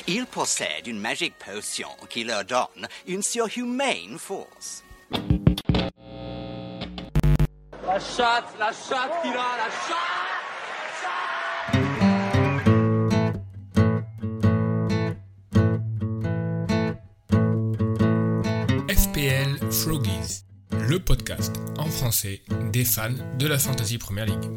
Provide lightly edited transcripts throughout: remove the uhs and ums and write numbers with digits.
Ils possèdent une magique potion qui leur donne une surhumaine force. La chatte, il a la chatte. FPL Froggies, le podcast en français des fans de la Fantasy Premier League.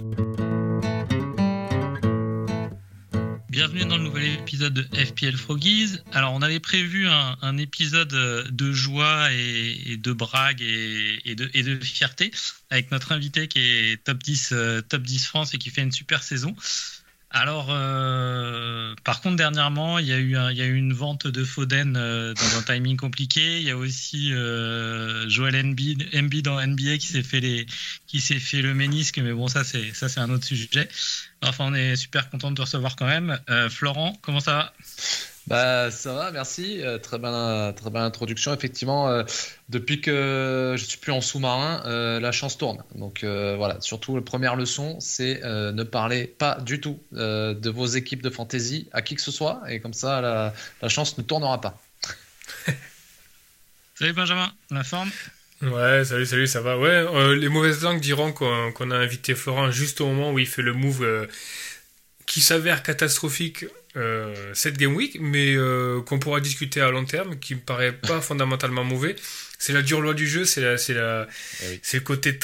Bienvenue dans le nouvel épisode de FPL Froggies. Alors on avait prévu un épisode de joie et de brague et de fierté avec notre invité qui est top 10 France et qui fait une super saison. Alors par contre dernièrement il y a eu une vente de Foden dans un timing compliqué. Il y a aussi Joel Embiid dans NBA qui s'est fait le ménisque, mais bon ça c'est un autre sujet. Enfin on est super content de te recevoir quand même. Florent, comment ça va ? Bah ça va, merci. Très bonne introduction. Effectivement, depuis que je suis plus en sous-marin, la chance tourne. Donc voilà, surtout la première leçon, c'est ne parlez pas du tout de vos équipes de fantasy à qui que ce soit, et comme ça la chance ne tournera pas. Salut Benjamin, la forme ? Ouais, salut, ça va. Ouais, les mauvaises langues diront qu'on a invité Florent juste au moment où il fait le move qui s'avère catastrophique cette Game Week, mais qu'on pourra discuter à long terme, qui me paraît pas fondamentalement mauvais. C'est la dure loi du jeu, c'est le côté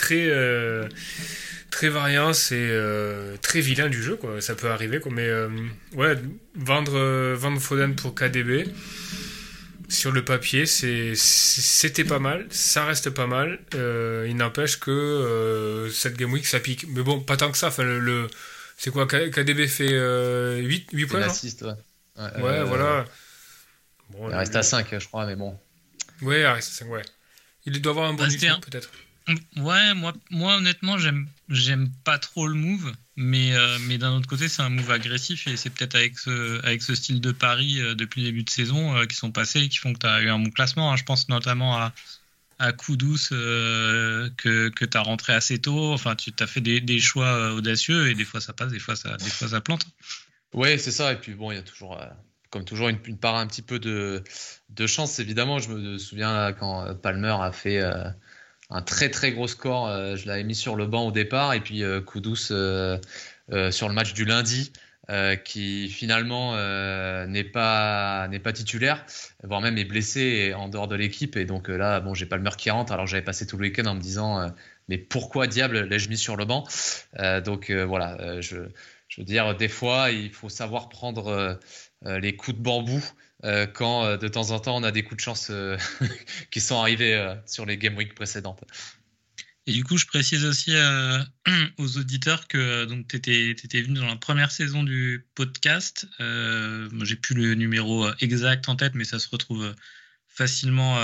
très variant, c'est très vilain du jeu, quoi. Ça peut arriver, quoi. Mais ouais, vendre Foden pour KDB sur le papier, c'était pas mal, ça reste pas mal. Il n'empêche que cette Game Week ça pique, mais bon, pas tant que ça. Enfin, c'est quoi, KDB fait 8 points, l'assist, ouais, voilà. Bon, il reste à 5, je crois, mais bon. Ouais, il reste à 5, ouais. Il doit avoir un bonus, peut-être. Ouais, moi honnêtement, j'aime pas trop le move, mais d'un autre côté, c'est un move agressif, et c'est peut-être avec ce style de pari depuis le début de saison qui sont passés et qui font que tu as eu un bon classement, hein. Je pense notamment à Kudus que tu as rentré assez tôt. Enfin, tu as fait des choix audacieux, et des fois ça passe, des fois ça plante. Ouais, c'est ça. Et puis bon, il y a toujours, comme toujours, une part un petit peu de chance, évidemment. Je me souviens là, quand Palmer a fait un très très gros score, je l'avais mis sur le banc au départ, et puis Kudus sur le match du lundi, qui finalement n'est pas titulaire, voire même est blessé et en dehors de l'équipe. Et donc là, bon, j'ai Palmer qui rentre, alors j'avais passé tout le week-end en me disant mais pourquoi diable l'ai-je mis sur le banc. Donc voilà, je veux dire, des fois il faut savoir prendre les coups de bambou quand de temps en temps on a des coups de chance qui sont arrivés sur les Game Week précédentes. Et du coup, je précise aussi aux auditeurs que tu étais venu dans la première saison du podcast. J'ai plus le numéro exact en tête, mais ça se retrouve facilement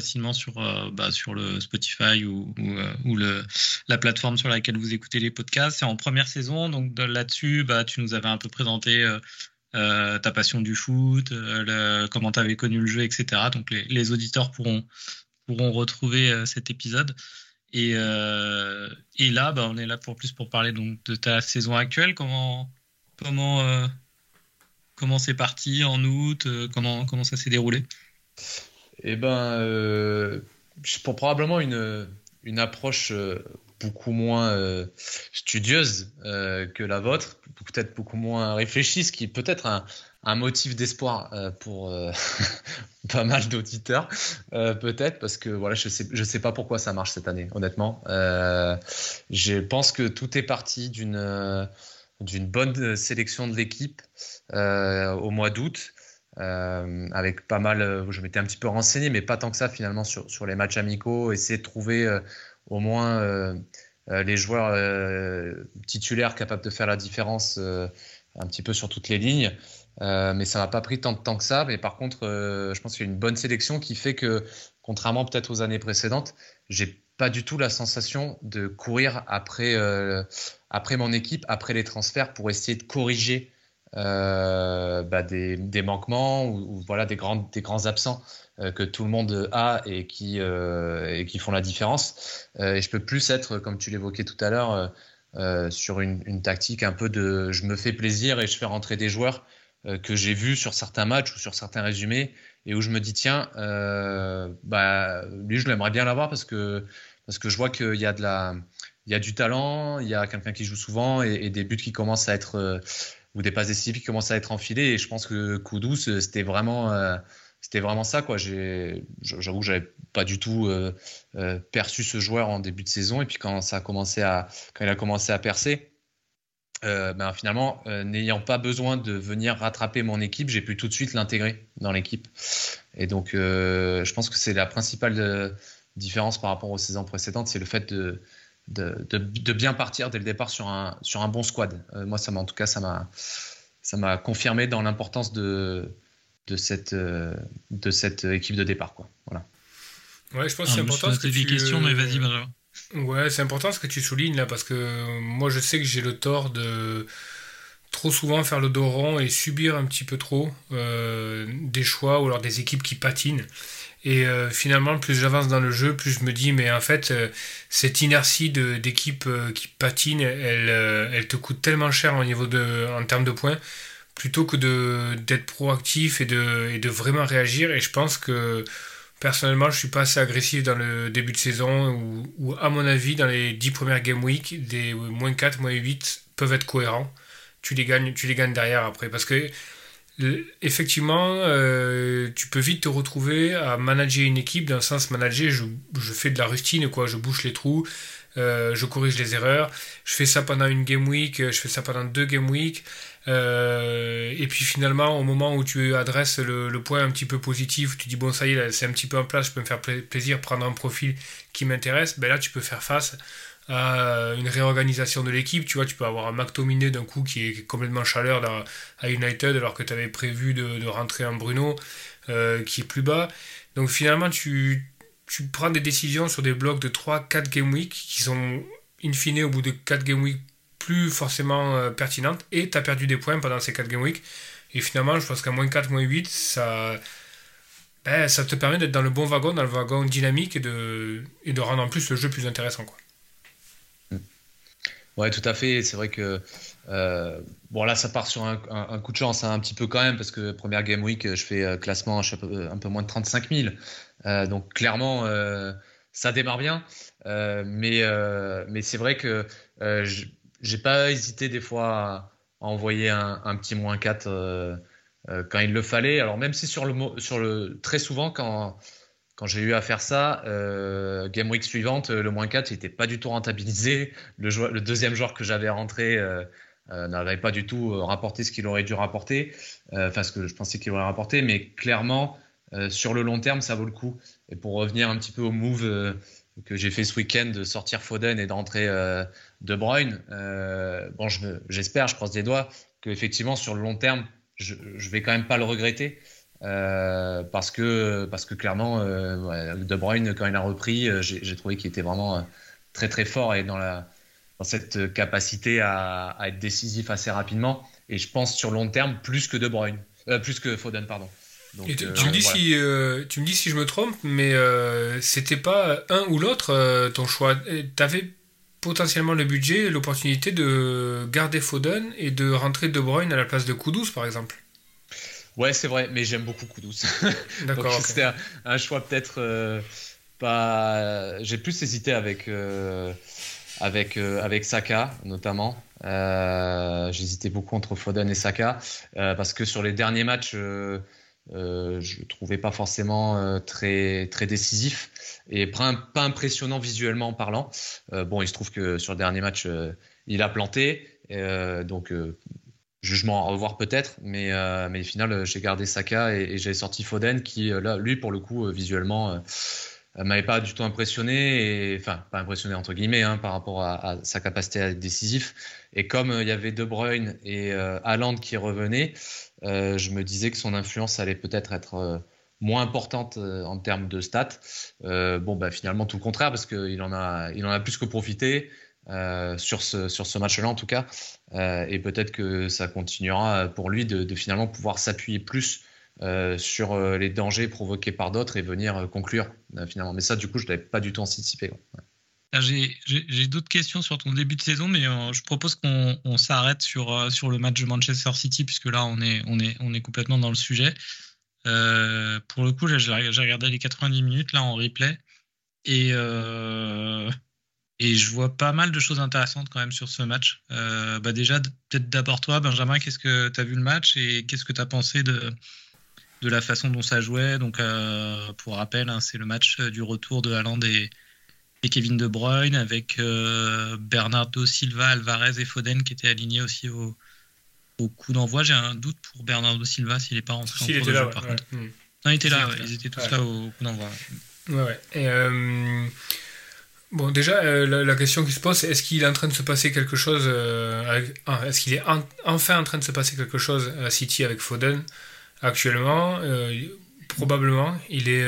sur le Spotify ou la plateforme sur laquelle vous écoutez les podcasts. C'est en première saison, donc là-dessus, tu nous avais un peu présenté ta passion du foot, comment tu avais connu le jeu, etc. Donc les auditeurs pourront retrouver cet épisode. Et là, on est là pour parler donc de ta saison actuelle. Comment c'est parti en août, comment ça s'est déroulé? Eh ben, je prends probablement une approche beaucoup moins studieuse que la vôtre, peut-être beaucoup moins réfléchie, ce qui est peut-être un motif d'espoir pour pas mal d'auditeurs, peut-être, parce que voilà, je sais pas pourquoi ça marche cette année, honnêtement. Je pense que tout est parti d'une bonne sélection de l'équipe au mois d'août, avec pas mal, je m'étais un petit peu renseigné, mais pas tant que ça finalement sur les matchs amicaux, essayer de trouver au moins les joueurs titulaires capables de faire la différence un petit peu sur toutes les lignes. Mais ça m'a pas pris tant de temps que ça. Mais par contre, je pense qu'il y a une bonne sélection qui fait que, contrairement peut-être aux années précédentes, j'ai pas du tout la sensation de courir après mon équipe, après les transferts, pour essayer de corriger des manquements ou voilà des grands absents que tout le monde a et qui font la différence. Et je peux plus être, comme tu l'évoquais tout à l'heure, sur une tactique un peu de je me fais plaisir et je fais rentrer des joueurs que j'ai vu sur certains matchs ou sur certains résumés et où je me dis tiens, lui je l'aimerais bien l'avoir parce que je vois qu'il y a il y a du talent, il y a quelqu'un qui joue souvent et des buts qui commencent à être ou des passes décisives qui commencent à être enfilées et je pense que Kudus c'était vraiment ça quoi. J'avoue que j'avais pas du tout perçu ce joueur en début de saison et puis quand il a commencé à percer. Finalement, n'ayant pas besoin de venir rattraper mon équipe, j'ai pu tout de suite l'intégrer dans l'équipe. Et donc, je pense que c'est la principale différence par rapport aux saisons précédentes, c'est le fait de bien partir dès le départ sur un bon squad. Moi, en tout cas, ça m'a confirmé dans l'importance de cette équipe de départ, quoi. Voilà. Ouais, je pense que c'est important. Je des questions, mais vas-y, Benjamin. Ouais, c'est important ce que tu soulignes là, parce que moi je sais que j'ai le tort de trop souvent faire le dos rond et subir un petit peu trop des choix ou alors des équipes qui patinent. Et finalement, plus j'avance dans le jeu, plus je me dis, mais en fait, cette inertie d'équipe qui patine, elle te coûte tellement cher en termes de points, plutôt que d'être proactif et de vraiment réagir. Et je pense que personnellement, je suis pas assez agressif dans le début de saison où à mon avis, dans les 10 premières game week, des -4, -8 peuvent être cohérents. Tu les gagnes derrière après. Parce que, effectivement, tu peux vite te retrouver à manager une équipe. Dans le sens manager, je fais de la rustine, quoi. Je bouche les trous, je corrige les erreurs. Je fais ça pendant une game week, je fais ça pendant 2 game week. Et puis finalement au moment où tu adresses le point un petit peu positif, tu dis bon ça y est là, c'est un petit peu en place, je peux me faire plaisir, prendre un profil qui m'intéresse, ben là tu peux faire face à une réorganisation de l'équipe, tu vois, tu peux avoir un McTominay d'un coup qui est complètement chaleur à United alors que tu avais prévu de rentrer un Bruno qui est plus bas, donc finalement tu prends des décisions sur des blocs de 3-4 game week qui sont in fine au bout de 4 game week plus forcément pertinente et tu as perdu des points pendant ces 4 game week et finalement je pense qu'à -4, -8 ça te permet d'être dans le bon wagon, dans le wagon dynamique et de rendre en plus le jeu plus intéressant, quoi. Ouais, tout à fait, c'est vrai que bon là ça part sur un coup de chance un petit peu quand même parce que première game week je fais classement un peu moins de 35 000 donc clairement ça démarre bien mais c'est vrai que j'ai pas hésité des fois à envoyer un petit -4 quand il le fallait. Alors même si très souvent quand j'ai eu à faire ça, game week suivante, le -4 il était pas du tout rentabilisé. Le deuxième joueur que j'avais rentré n'avait pas du tout rapporté ce qu'il aurait dû rapporter, enfin ce que je pensais qu'il aurait rapporté, mais clairement sur le long terme ça vaut le coup. Et pour revenir un petit peu au move que j'ai fait ce week-end de sortir Foden et d'entrer De Bruyne, bon j'espère, je croise des doigts qu'effectivement sur le long terme je vais quand même pas le regretter parce que clairement De Bruyne quand il a repris j'ai trouvé qu'il était vraiment très très fort et dans cette capacité à être décisif assez rapidement et je pense sur le long terme plus que Foden pardon. Donc, et tu me dis si je me trompe, mais c'était pas un ou l'autre ton choix. T'avais potentiellement le budget et l'opportunité de garder Foden et de rentrer De Bruyne à la place de Kudus, par exemple. Ouais, c'est vrai, mais j'aime beaucoup Kudus. D'accord. Donc, okay. C'était un choix peut-être pas. J'ai plus hésité avec Saka notamment. J'hésitais beaucoup entre Foden et Saka parce que sur les derniers matchs. Je le trouvais pas forcément très très décisif et pas impressionnant visuellement parlant. Bon, il se trouve que sur le dernier match, il a planté, donc jugement à revoir peut-être, mais au final, j'ai gardé Saka et j'ai sorti Foden qui, là, lui pour le coup, visuellement, m'avait pas du tout impressionné, enfin pas impressionné entre guillemets par rapport à sa capacité à être décisif. Et comme il y avait De Bruyne et Haaland qui revenaient. Je me disais que son influence allait peut-être être moins importante en termes de stats. Finalement tout le contraire parce qu'il en a plus que profité sur ce match-là en tout cas. Et peut-être que ça continuera pour lui de finalement pouvoir s'appuyer plus sur les dangers provoqués par d'autres et venir conclure finalement. Mais ça du coup je l'avais pas du tout anticipé. Ouais. J'ai d'autres questions sur ton début de saison, mais je propose qu'on s'arrête sur le match de Manchester City, puisque là, on est complètement dans le sujet. Pour le coup, j'ai regardé les 90 minutes là en replay, et je vois pas mal de choses intéressantes quand même sur ce match. Déjà, peut-être d'abord toi, Benjamin, qu'est-ce que tu as vu le match et qu'est-ce que tu as pensé de la façon dont ça jouait? Donc, pour rappel, c'est le match du retour de Haaland et Kevin De Bruyne, avec Bernardo Silva, Alvarez et Foden qui étaient alignés aussi au coup d'envoi. J'ai un doute pour Bernardo Silva s'il n'est pas rentré en cours de jeu, par contre. Non, il était là, ils étaient tous là au coup d'envoi. Ouais. Et bon, déjà, la question qui se pose, c'est est-ce qu'il est en train de se passer quelque chose est-ce qu'il est enfin en train de se passer quelque chose à City avec Foden actuellement? Probablement. Il est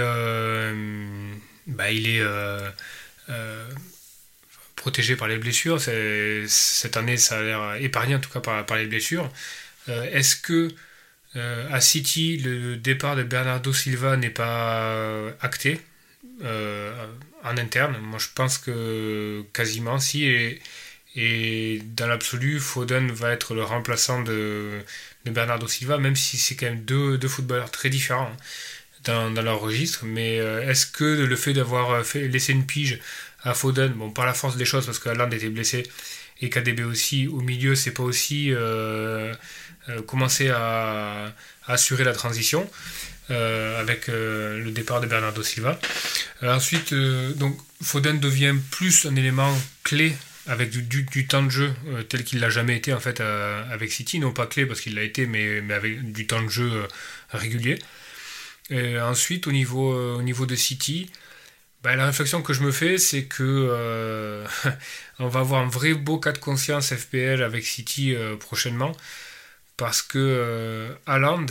protégé par les blessures. Cette année, ça a l'air épargné en tout cas par les blessures. Est-ce que à City, le départ de Bernardo Silva n'est pas acté en interne? Moi, je pense que quasiment si. Et dans l'absolu, Foden va être le remplaçant de Bernardo Silva, même si c'est quand même deux footballeurs très différents dans leur registre. Mais est-ce que le fait d'avoir laissé une pige à Foden, bon, par la force des choses, parce que Haaland était blessé et KDB aussi, au milieu, c'est pas aussi commencer à assurer la transition avec le départ de Bernardo Silva. Ensuite, donc Foden devient plus un élément clé avec du temps de jeu tel qu'il l'a jamais été en fait avec City, non pas clé parce qu'il l'a été, mais avec du temps de jeu régulier. Et ensuite, au niveau de City, la réflexion que je me fais, c'est que on va avoir un vrai beau cas de conscience FPL avec City prochainement, parce que Haaland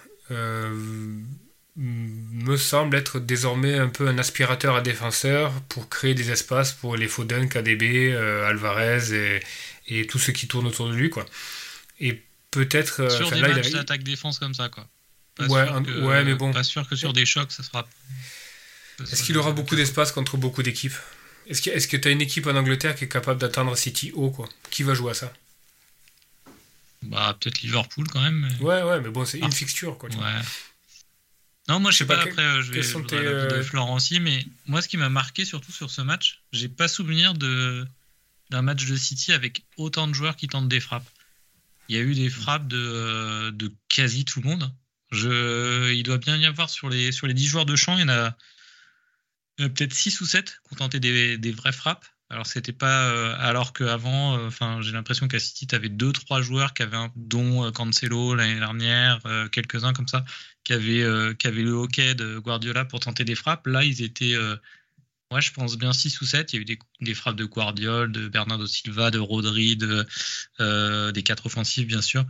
me semble être désormais un peu un aspirateur à défenseur pour créer des espaces pour les Foden, KDB, Alvarez et tous ceux qui tournent autour de lui, quoi. Et peut-être sur des matchs d'attaque-défense comme ça, quoi. Mais bon. Pas sûr que sur des chocs, ça sera. Est-ce qu'il aura beaucoup d'espace contre beaucoup d'équipes? Est-ce que tu as une équipe en Angleterre qui est capable d'atteindre City haut, quoi? Qui va jouer à ça? Peut-être Liverpool quand même. Mais... Ouais, mais bon, c'est une fixture, quoi. Ouais. Non, moi je sais pas, après je vais de Florent aussi, mais moi ce qui m'a marqué surtout sur ce match, j'ai pas souvenir d'un match de City avec autant de joueurs qui tentent des frappes. Il y a eu des frappes de quasi tout le monde. Il doit bien y avoir sur les 10 joueurs de champ, il y en a peut-être 6 ou 7 qui ont tenté des vraies frappes. Alors c'était pas alors qu'avant, j'ai l'impression qu'à City t'avais 2-3 joueurs qui avaient dont Cancelo l'année dernière, quelques-uns comme ça, qui avaient le hockey de Guardiola pour tenter des frappes. Là ils étaient je pense bien 6 ou 7. Il y a eu des frappes de Guardiola, de Bernardo Silva, de Rodri, des 4 offensifs bien sûr.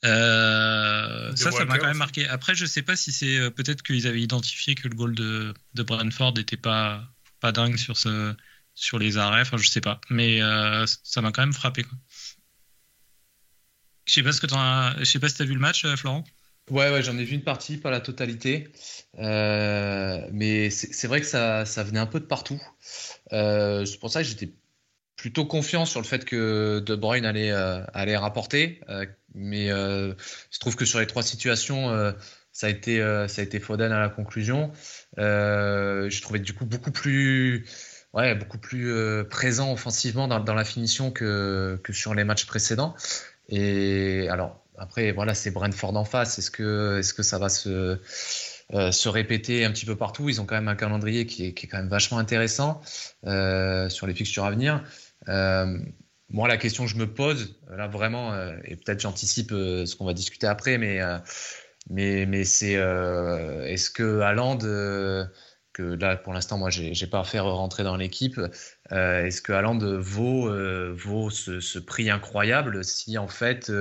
Ça m'a quand même marqué. Après je sais pas si c'est peut-être qu'ils avaient identifié que le goal de Brentford n'était pas dingue sur les arrêts, je sais pas, mais ça m'a quand même frappé, quoi. Je sais pas si t'as vu le match, Florent. Ouais, j'en ai vu une partie, pas la totalité, mais c'est vrai que ça venait un peu de partout. C'est pour ça que j'étais plutôt confiant sur le fait que De Bruyne allait rapporter, mais je trouve que sur les 3 situations, ça a été Foden à la conclusion. Je trouvais du coup beaucoup plus présent offensivement dans la finition que sur les matchs précédents. Et alors après, voilà, c'est Brentford en face. Est-ce que ça va se répéter un petit peu partout? Ils ont quand même un calendrier qui est quand même vachement intéressant sur les fixtures à venir. Moi, la question que je me pose là vraiment, et peut-être j'anticipe ce qu'on va discuter après, mais c'est est-ce que Haaland que là pour l'instant moi j'ai pas à faire rentrer dans l'équipe, est-ce que Haaland vaut ce prix incroyable si en fait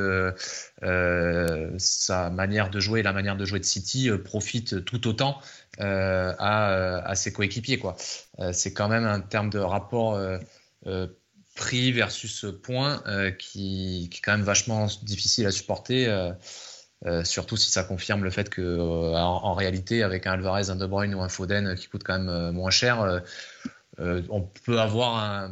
sa manière de jouer, la manière de jouer de City profite tout autant à ses coéquipiers, quoi. C'est quand même un terme de rapport prix versus point qui est quand même vachement difficile à supporter. Surtout si ça confirme le fait que en réalité avec un Alvarez, un De Bruyne ou un Foden qui coûte quand même moins cher, on peut avoir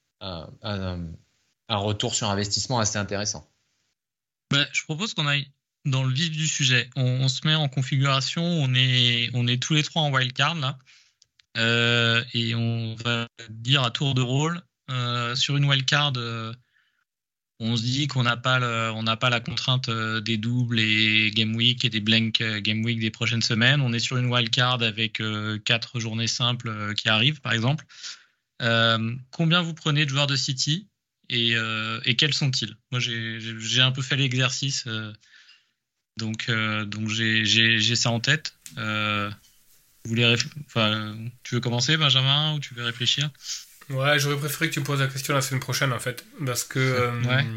un retour sur investissement assez intéressant. Je propose qu'on aille dans le vif du sujet. On se met en configuration, on est tous les trois en wildcard là, et on va dire à tour de rôle sur une wildcard. On se dit qu'on n'a pas la contrainte des doubles et game week et des blank game week des prochaines semaines. On est sur une wildcard avec 4 journées simples qui arrivent, par exemple. Combien vous prenez de joueurs de City et quels sont-ils? Moi, j'ai un peu fait l'exercice, donc j'ai ça en tête. Tu veux commencer, Benjamin, ou tu veux réfléchir? Ouais, j'aurais préféré que tu me poses la question la semaine prochaine, en fait, parce que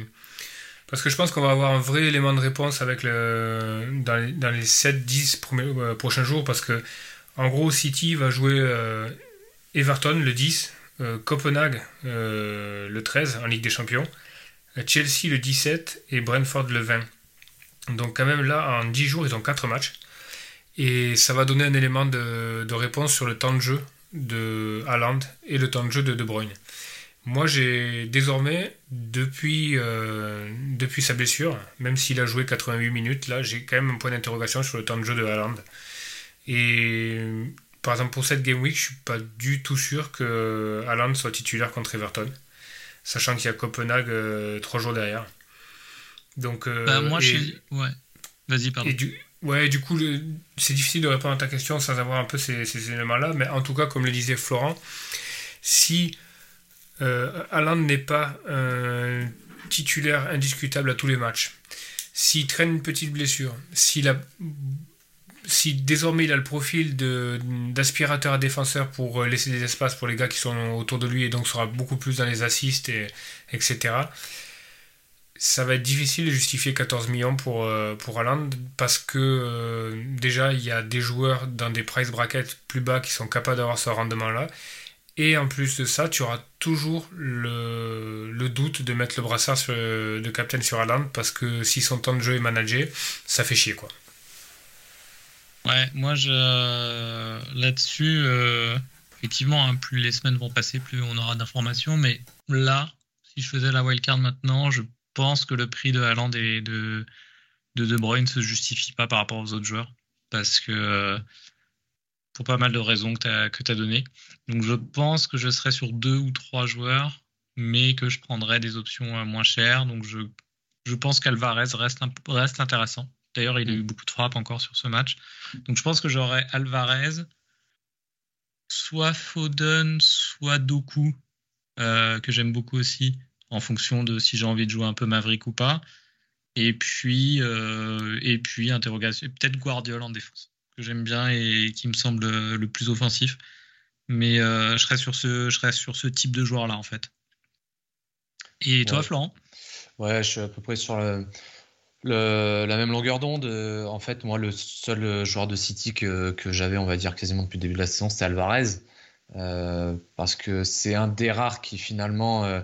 je pense qu'on va avoir un vrai élément de réponse avec dans les 7-10 prochains jours, parce que en gros, City va jouer Everton le 10, Copenhague le 13 en Ligue des Champions, Chelsea le 17 et Brentford le 20. Donc quand même là, en 10 jours, ils ont 4 matchs, et ça va donner un élément de réponse sur le temps de jeu de Haaland et le temps de jeu de De Bruyne. Moi, j'ai désormais, depuis sa blessure, même s'il a joué 88 minutes, là, j'ai quand même un point d'interrogation sur le temps de jeu de Haaland. Et par exemple, pour cette Game Week, je suis pas du tout sûr que Haaland soit titulaire contre Everton, sachant qu'il y a Copenhague 3 jours derrière. Donc, ouais. Vas-y, pardon. Du coup, c'est difficile de répondre à ta question sans avoir un peu ces éléments-là, mais en tout cas, comme le disait Florent, si Haaland n'est pas un titulaire indiscutable à tous les matchs, s'il traîne une petite blessure, si désormais il a le profil d'aspirateur à défenseur pour laisser des espaces pour les gars qui sont autour de lui et donc sera beaucoup plus dans les assists, etc., ça va être difficile de justifier 14 millions pour Haaland, parce que déjà il y a des joueurs dans des price brackets plus bas qui sont capables d'avoir ce rendement-là, et en plus de ça, tu auras toujours le doute de mettre le brassard de captain sur Haaland, parce que si son temps de jeu est managé, ça fait chier, quoi. Ouais, moi là-dessus, effectivement, hein, plus les semaines vont passer, plus on aura d'informations, mais là, si je faisais la wildcard maintenant, je pense que le prix de Haaland et de De Bruyne ne se justifie pas par rapport aux autres joueurs, parce que pour pas mal de raisons que tu as données. Donc je pense que je serais sur 2 ou 3 joueurs, mais que je prendrais des options moins chères. Donc je pense qu'Alvarez reste intéressant. D'ailleurs, il a eu beaucoup de frappes encore sur ce match. Donc je pense que j'aurais Alvarez, soit Foden, soit Doku, que j'aime beaucoup aussi, en fonction de si j'ai envie de jouer un peu Maverick ou pas. Et puis interrogation, peut-être Guardiola en défense, que j'aime bien et qui me semble le plus offensif. Mais je serais sur ce type de joueur-là, en fait. Et toi, Florent? Ouais, je suis à peu près sur la même longueur d'onde. En fait, moi, le seul joueur de City que j'avais, on va dire, quasiment depuis le début de la saison, c'était Alvarez. Parce que c'est un des rares qui, finalement...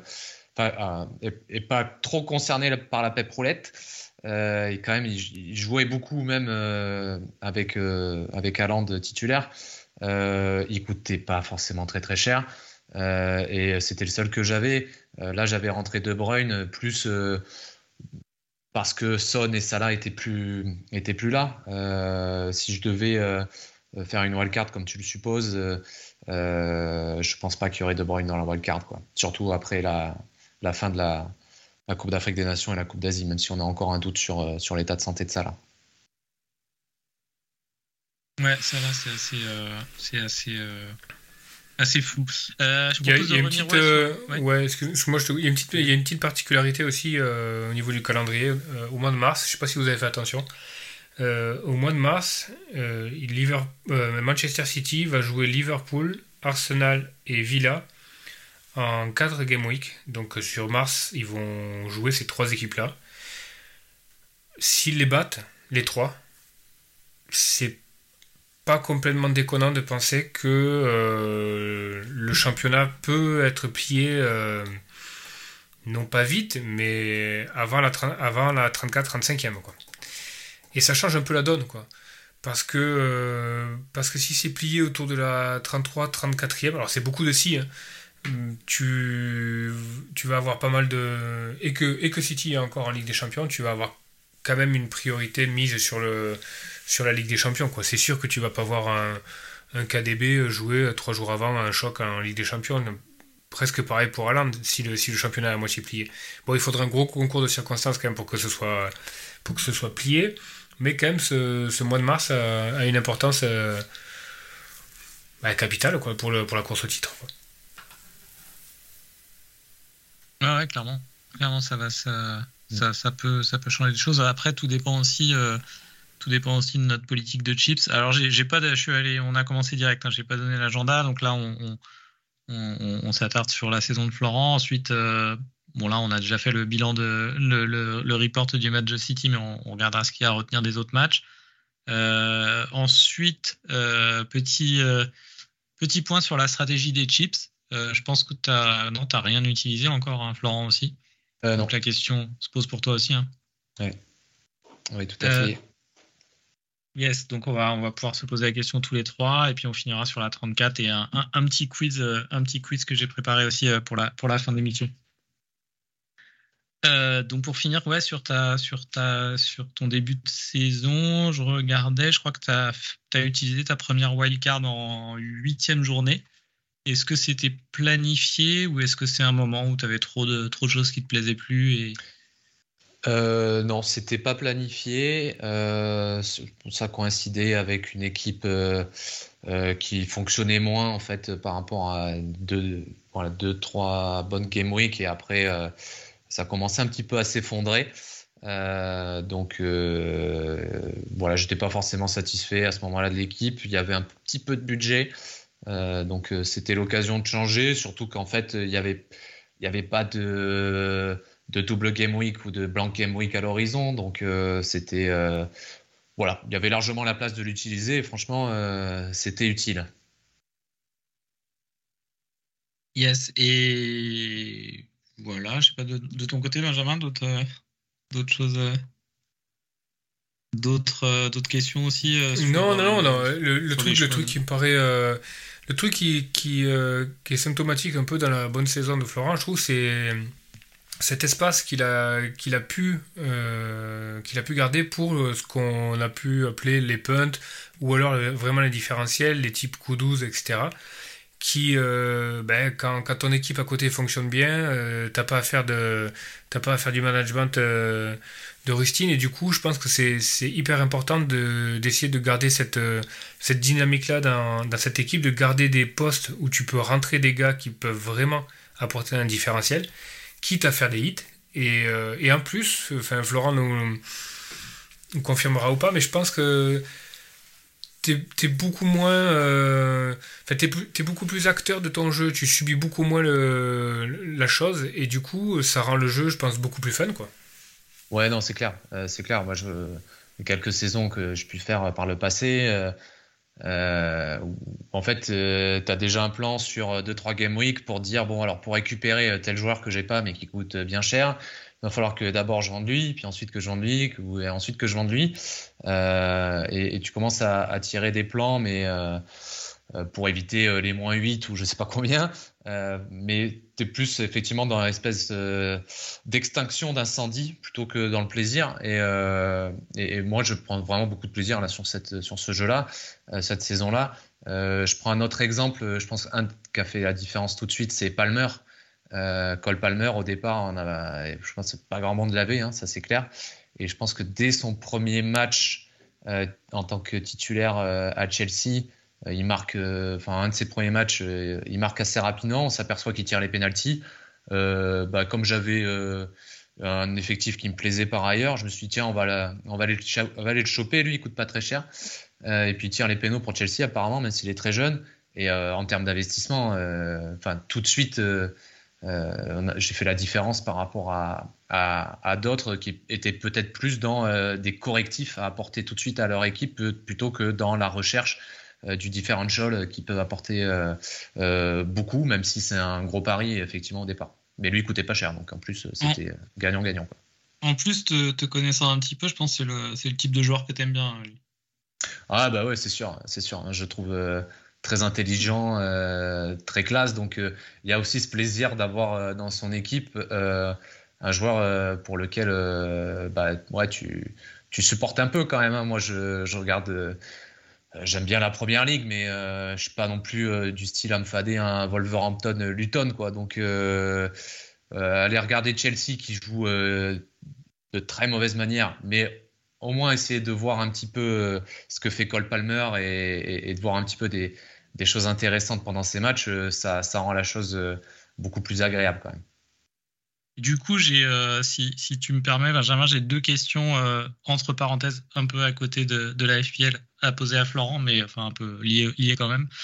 et pas trop concerné par la pep roulette. Et quand même, il jouait beaucoup même avec Haaland titulaire. Il coûtait pas forcément très très cher. Et c'était le seul que j'avais. Là, j'avais rentré De Bruyne plus parce que Son et Salah étaient plus là. Si je devais faire une wildcard comme tu le supposes, je pense pas qu'il y aurait De Bruyne dans la wildcard, quoi. Surtout après la fin de la Coupe d'Afrique des Nations et la Coupe d'Asie, même si on a encore un doute sur l'état de santé de Salah. Ouais, Salah, c'est assez flou. Je propose de revenir il y a une petite particularité aussi au niveau du calendrier au mois de mars. Je ne sais pas si vous avez fait attention. Au mois de mars, Manchester City va jouer Liverpool, Arsenal et Villa en 4 game week. Donc sur mars, ils vont jouer ces 3 équipes-là. S'ils les battent, les 3, c'est pas complètement déconnant de penser que le championnat peut être plié, non pas vite, mais avant la 34-35e, quoi. Et ça change un peu la donne, quoi. parce que si c'est plié autour de la 33, 34e, alors c'est beaucoup de si, hein, tu vas avoir pas mal de... Et que City est encore en Ligue des Champions, tu vas avoir quand même une priorité mise sur la Ligue des Champions, quoi. C'est sûr que tu vas pas voir un KDB jouer 3 jours avant un choc en Ligue des Champions. Presque pareil pour Haaland, si le championnat est à moitié plié. Bon, il faudrait un gros concours de circonstances quand même pour que ce soit plié, mais quand même ce mois de mars a une importance capitale, quoi, pour la course au titre, quoi. Ouais, clairement. Clairement, ça peut changer des choses. Après, tout dépend aussi de notre politique de chips. Alors, on a commencé direct, hein, j'ai pas donné l'agenda, donc là, on s'attarde sur la saison de Florent. Ensuite, là, on a déjà fait le bilan le report du match de City, mais on regardera ce qu'il y a à retenir des autres matchs. Ensuite, petit point sur la stratégie des chips. Je pense que t'as rien utilisé encore, hein, Florent aussi. Non. Donc la question se pose pour toi aussi, hein. Oui, tout à fait. Yes, donc on va pouvoir se poser la question tous les trois, et puis on finira sur la 34 et un petit quiz que j'ai préparé aussi pour la fin de l'émission. Donc pour finir, sur ton début de saison, je regardais, je crois que tu as utilisé ta première wildcard en 8e journée. Est-ce que c'était planifié ou est-ce que c'est un moment où tu avais trop de choses qui te plaisaient plus Non, c'était pas planifié. Ça coïncidait avec une équipe qui fonctionnait moins en fait par rapport à 2-3 bonnes game week, et après ça commençait un petit peu à s'effondrer. Donc j'étais pas forcément satisfait à ce moment-là de l'équipe. Il y avait un petit peu de budget. Donc c'était l'occasion de changer, surtout qu'en fait il y avait pas de double game week ou de blank game week à l'horizon, donc c'était il y avait largement la place de l'utiliser, et franchement c'était utile. Yes, et voilà, je sais pas, de ton côté Benjamin, d'autres choses, d'autres questions aussi Non, le truc qui me paraît le truc qui est symptomatique un peu dans la bonne saison de Florent, je trouve, c'est cet espace qu'il a pu garder pour ce qu'on a pu appeler les punts, ou alors vraiment les différentiels, les types Q12, etc. Qui, quand ton équipe à côté fonctionne bien, t'as pas à faire du management de rustine, et du coup je pense que c'est hyper important d'essayer de garder cette dynamique là dans cette équipe, de garder des postes où tu peux rentrer des gars qui peuvent vraiment apporter un différentiel, quitte à faire des hits, et en plus, Florent nous confirmera ou pas, mais je pense que t'es beaucoup moins t'es beaucoup plus acteur de ton jeu, tu subis beaucoup moins la chose, et du coup ça rend le jeu, je pense, beaucoup plus fun, quoi. Ouais, non, c'est clair. Moi, quelques saisons que j'ai pu faire par le passé, en fait, t'as déjà un plan sur 2-3 game week pour dire, bon, alors pour récupérer tel joueur que j'ai pas mais qui coûte bien cher, il va falloir que d'abord je vende lui, puis ensuite que je vende lui, et ensuite que je vende lui, et tu commences à tirer des plans, mais pour éviter les moins 8 ou je sais pas combien, mais t'es plus effectivement dans l'espèce d'extinction d'incendie plutôt que dans le plaisir, et moi je prends vraiment beaucoup de plaisir là sur ce jeu-là, cette saison-là. Je prends un autre exemple, je pense un qui a fait la différence tout de suite, c'est Palmer. Cole Palmer, au départ, je pense que c'est pas grand monde l'avait, hein, ça c'est clair, et je pense que dès son premier match en tant que titulaire à Chelsea, il marque, un de ses premiers matchs, il marque assez rapidement. On s'aperçoit qu'il tire les pénaltys. Comme j'avais un effectif qui me plaisait par ailleurs, je me suis dit, tiens, on va aller le choper. Lui, il coûte pas très cher. Et puis il tire les pénaux pour Chelsea, apparemment, même s'il est très jeune. Et en termes d'investissement, tout de suite, j'ai fait la différence par rapport à d'autres qui étaient peut-être plus dans des correctifs à apporter tout de suite à leur équipe plutôt que dans la recherche du differential qui peut apporter beaucoup, même si c'est un gros pari effectivement au départ. Mais lui, il coûtait pas cher, donc en plus c'était gagnant-gagnant, quoi. En plus, te connaissant un petit peu, je pense que c'est le type de joueur que t'aimes bien, lui. Ah bah ouais, c'est sûr. Je trouve très intelligent, très classe. Donc il y a aussi ce plaisir d'avoir dans son équipe un joueur pour lequel ouais, tu supportes un peu quand même, hein. Moi, je regarde. J'aime bien la première ligue, mais je suis pas non plus du style à me fader un Wolverhampton Luton, quoi. Donc aller regarder Chelsea qui joue de très mauvaise manière, mais au moins essayer de voir un petit peu ce que fait Cole Palmer et de voir un petit peu des choses intéressantes pendant ces matchs, ça rend la chose beaucoup plus agréable quand même. Du coup, si tu me permets, Benjamin, j'ai 2 questions entre parenthèses, un peu à côté de la FPL à poser à Florent, mais enfin un peu liées quand même.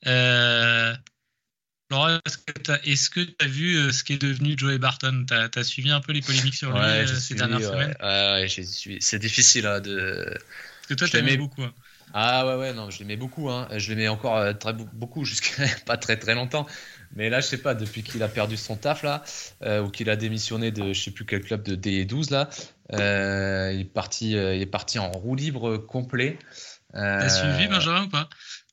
Florent, est-ce que tu as vu ce qui est devenu Joey Barton? T'as suivi un peu les polémiques sur lui ces dernières semaines? Ouais, j'ai suivi. C'est difficile hein, de. Parce que toi, tu l'aimais beaucoup. Hein. Ah ouais, non, je l'aimais beaucoup. Hein. Je l'aimais encore beaucoup, jusqu'à pas très très longtemps. Mais là, je sais pas, depuis qu'il a perdu son taf là, ou qu'il a démissionné de je sais plus quel club de D12 là, il est parti en roue libre complet. T'as suivi Benjamin ou pas?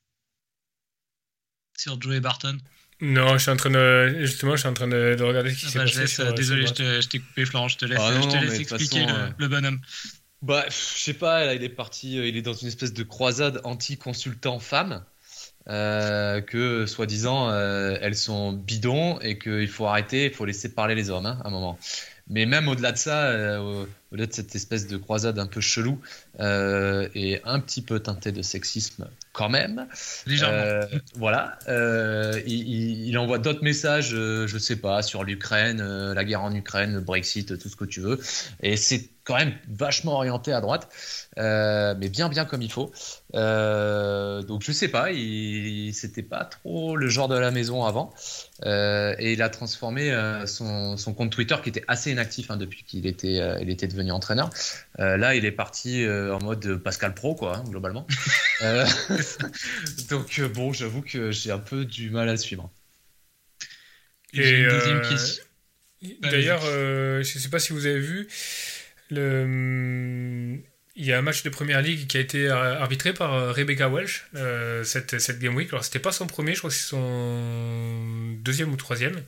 Sur Joey Barton? Non, je suis en train de regarder ce qui s'est passé. Désolé, je t'ai coupé, Florent, je te laisse expliquer le bonhomme. Bah, je sais pas, là, il est parti, il est dans une espèce de croisade anti-consultant femmes, que soi-disant elles sont bidons et qu'il faut arrêter, il faut laisser parler les hommes, hein, à un moment. Mais même au-delà de ça, au-delà de cette espèce de croisade un peu chelou et un petit peu teintée de sexisme quand même, voilà, il envoie d'autres messages, je sais pas, sur l'Ukraine, la guerre en Ukraine, le Brexit, tout ce que tu veux, et c'est quand même vachement orienté à droite, mais bien comme il faut. Donc je sais pas, c'était pas trop le genre de la maison avant, et il a transformé son compte Twitter qui était assez inactif hein, depuis qu'il était devenu entraîneur. Là, il est parti en mode Pascal Pro, quoi, hein, globalement. Donc bon, j'avoue que j'ai un peu du mal à suivre. Et une deuxième question. D'ailleurs, je sais pas si vous avez vu, il y a un match de Première Ligue qui a été arbitré par Rebecca Welch cette Game Week. Alors c'était pas son premier, je crois que c'est son deuxième ou troisième.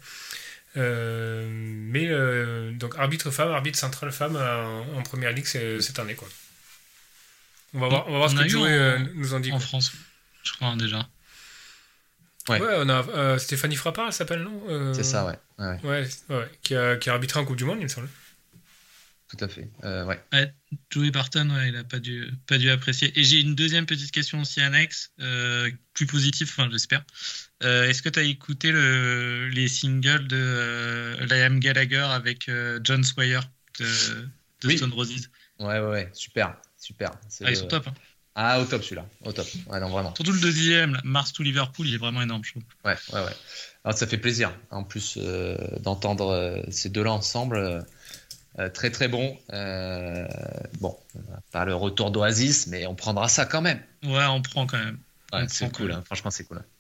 Mais donc arbitre centrale femme en Première Ligue cette année, quoi. On va voir ce que Joey nous en dit. En France, je crois déjà. Ouais, on a Stéphanie Frappard, elle s'appelle, non C'est ça, ouais. Ouais, qui a arbitré en Coupe du Monde, il me semble. Tout à fait, ouais. Joey Barton, ouais, il a pas dû apprécier. Et j'ai une deuxième petite question aussi annexe, plus positive, enfin j'espère. Est-ce que tu as écouté les singles de Liam Gallagher avec John Swire de Stone Roses? Ouais, super. Ils sont top. Hein. Ah, au top celui-là, au top. Ouais, non, vraiment. Très le deuxième, Mars to Liverpool, il est vraiment énorme, je trouve. Ouais. Alors, ça fait plaisir, en plus, d'entendre ces deux-là ensemble. Très très bon. Bon, pas le retour d'Oasis, mais on prendra ça quand même. Ouais, on prend quand même. Ouais, c'est cool, hein. Franchement, c'est cool. Hein.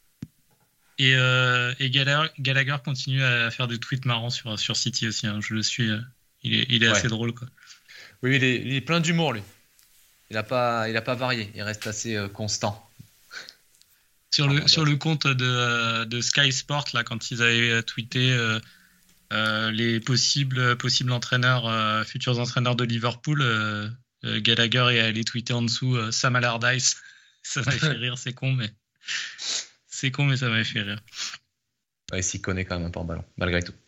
Et Gallagher continue à faire des tweets marrants sur City aussi. Hein. Je le suis. Il est assez drôle, quoi. Oui, il est plein d'humour, lui. Il a pas varié. Il reste assez constant. Sur le compte de Sky Sport, là, quand ils avaient tweeté les possibles entraîneurs, futurs entraîneurs de Liverpool, Gallagher est allé tweeter en dessous Sam Allardyce. Ça m'avait fait rire, c'est con, mais ça m'avait fait rire. Ouais, il s'y connaît quand même un peu en ballon, malgré tout.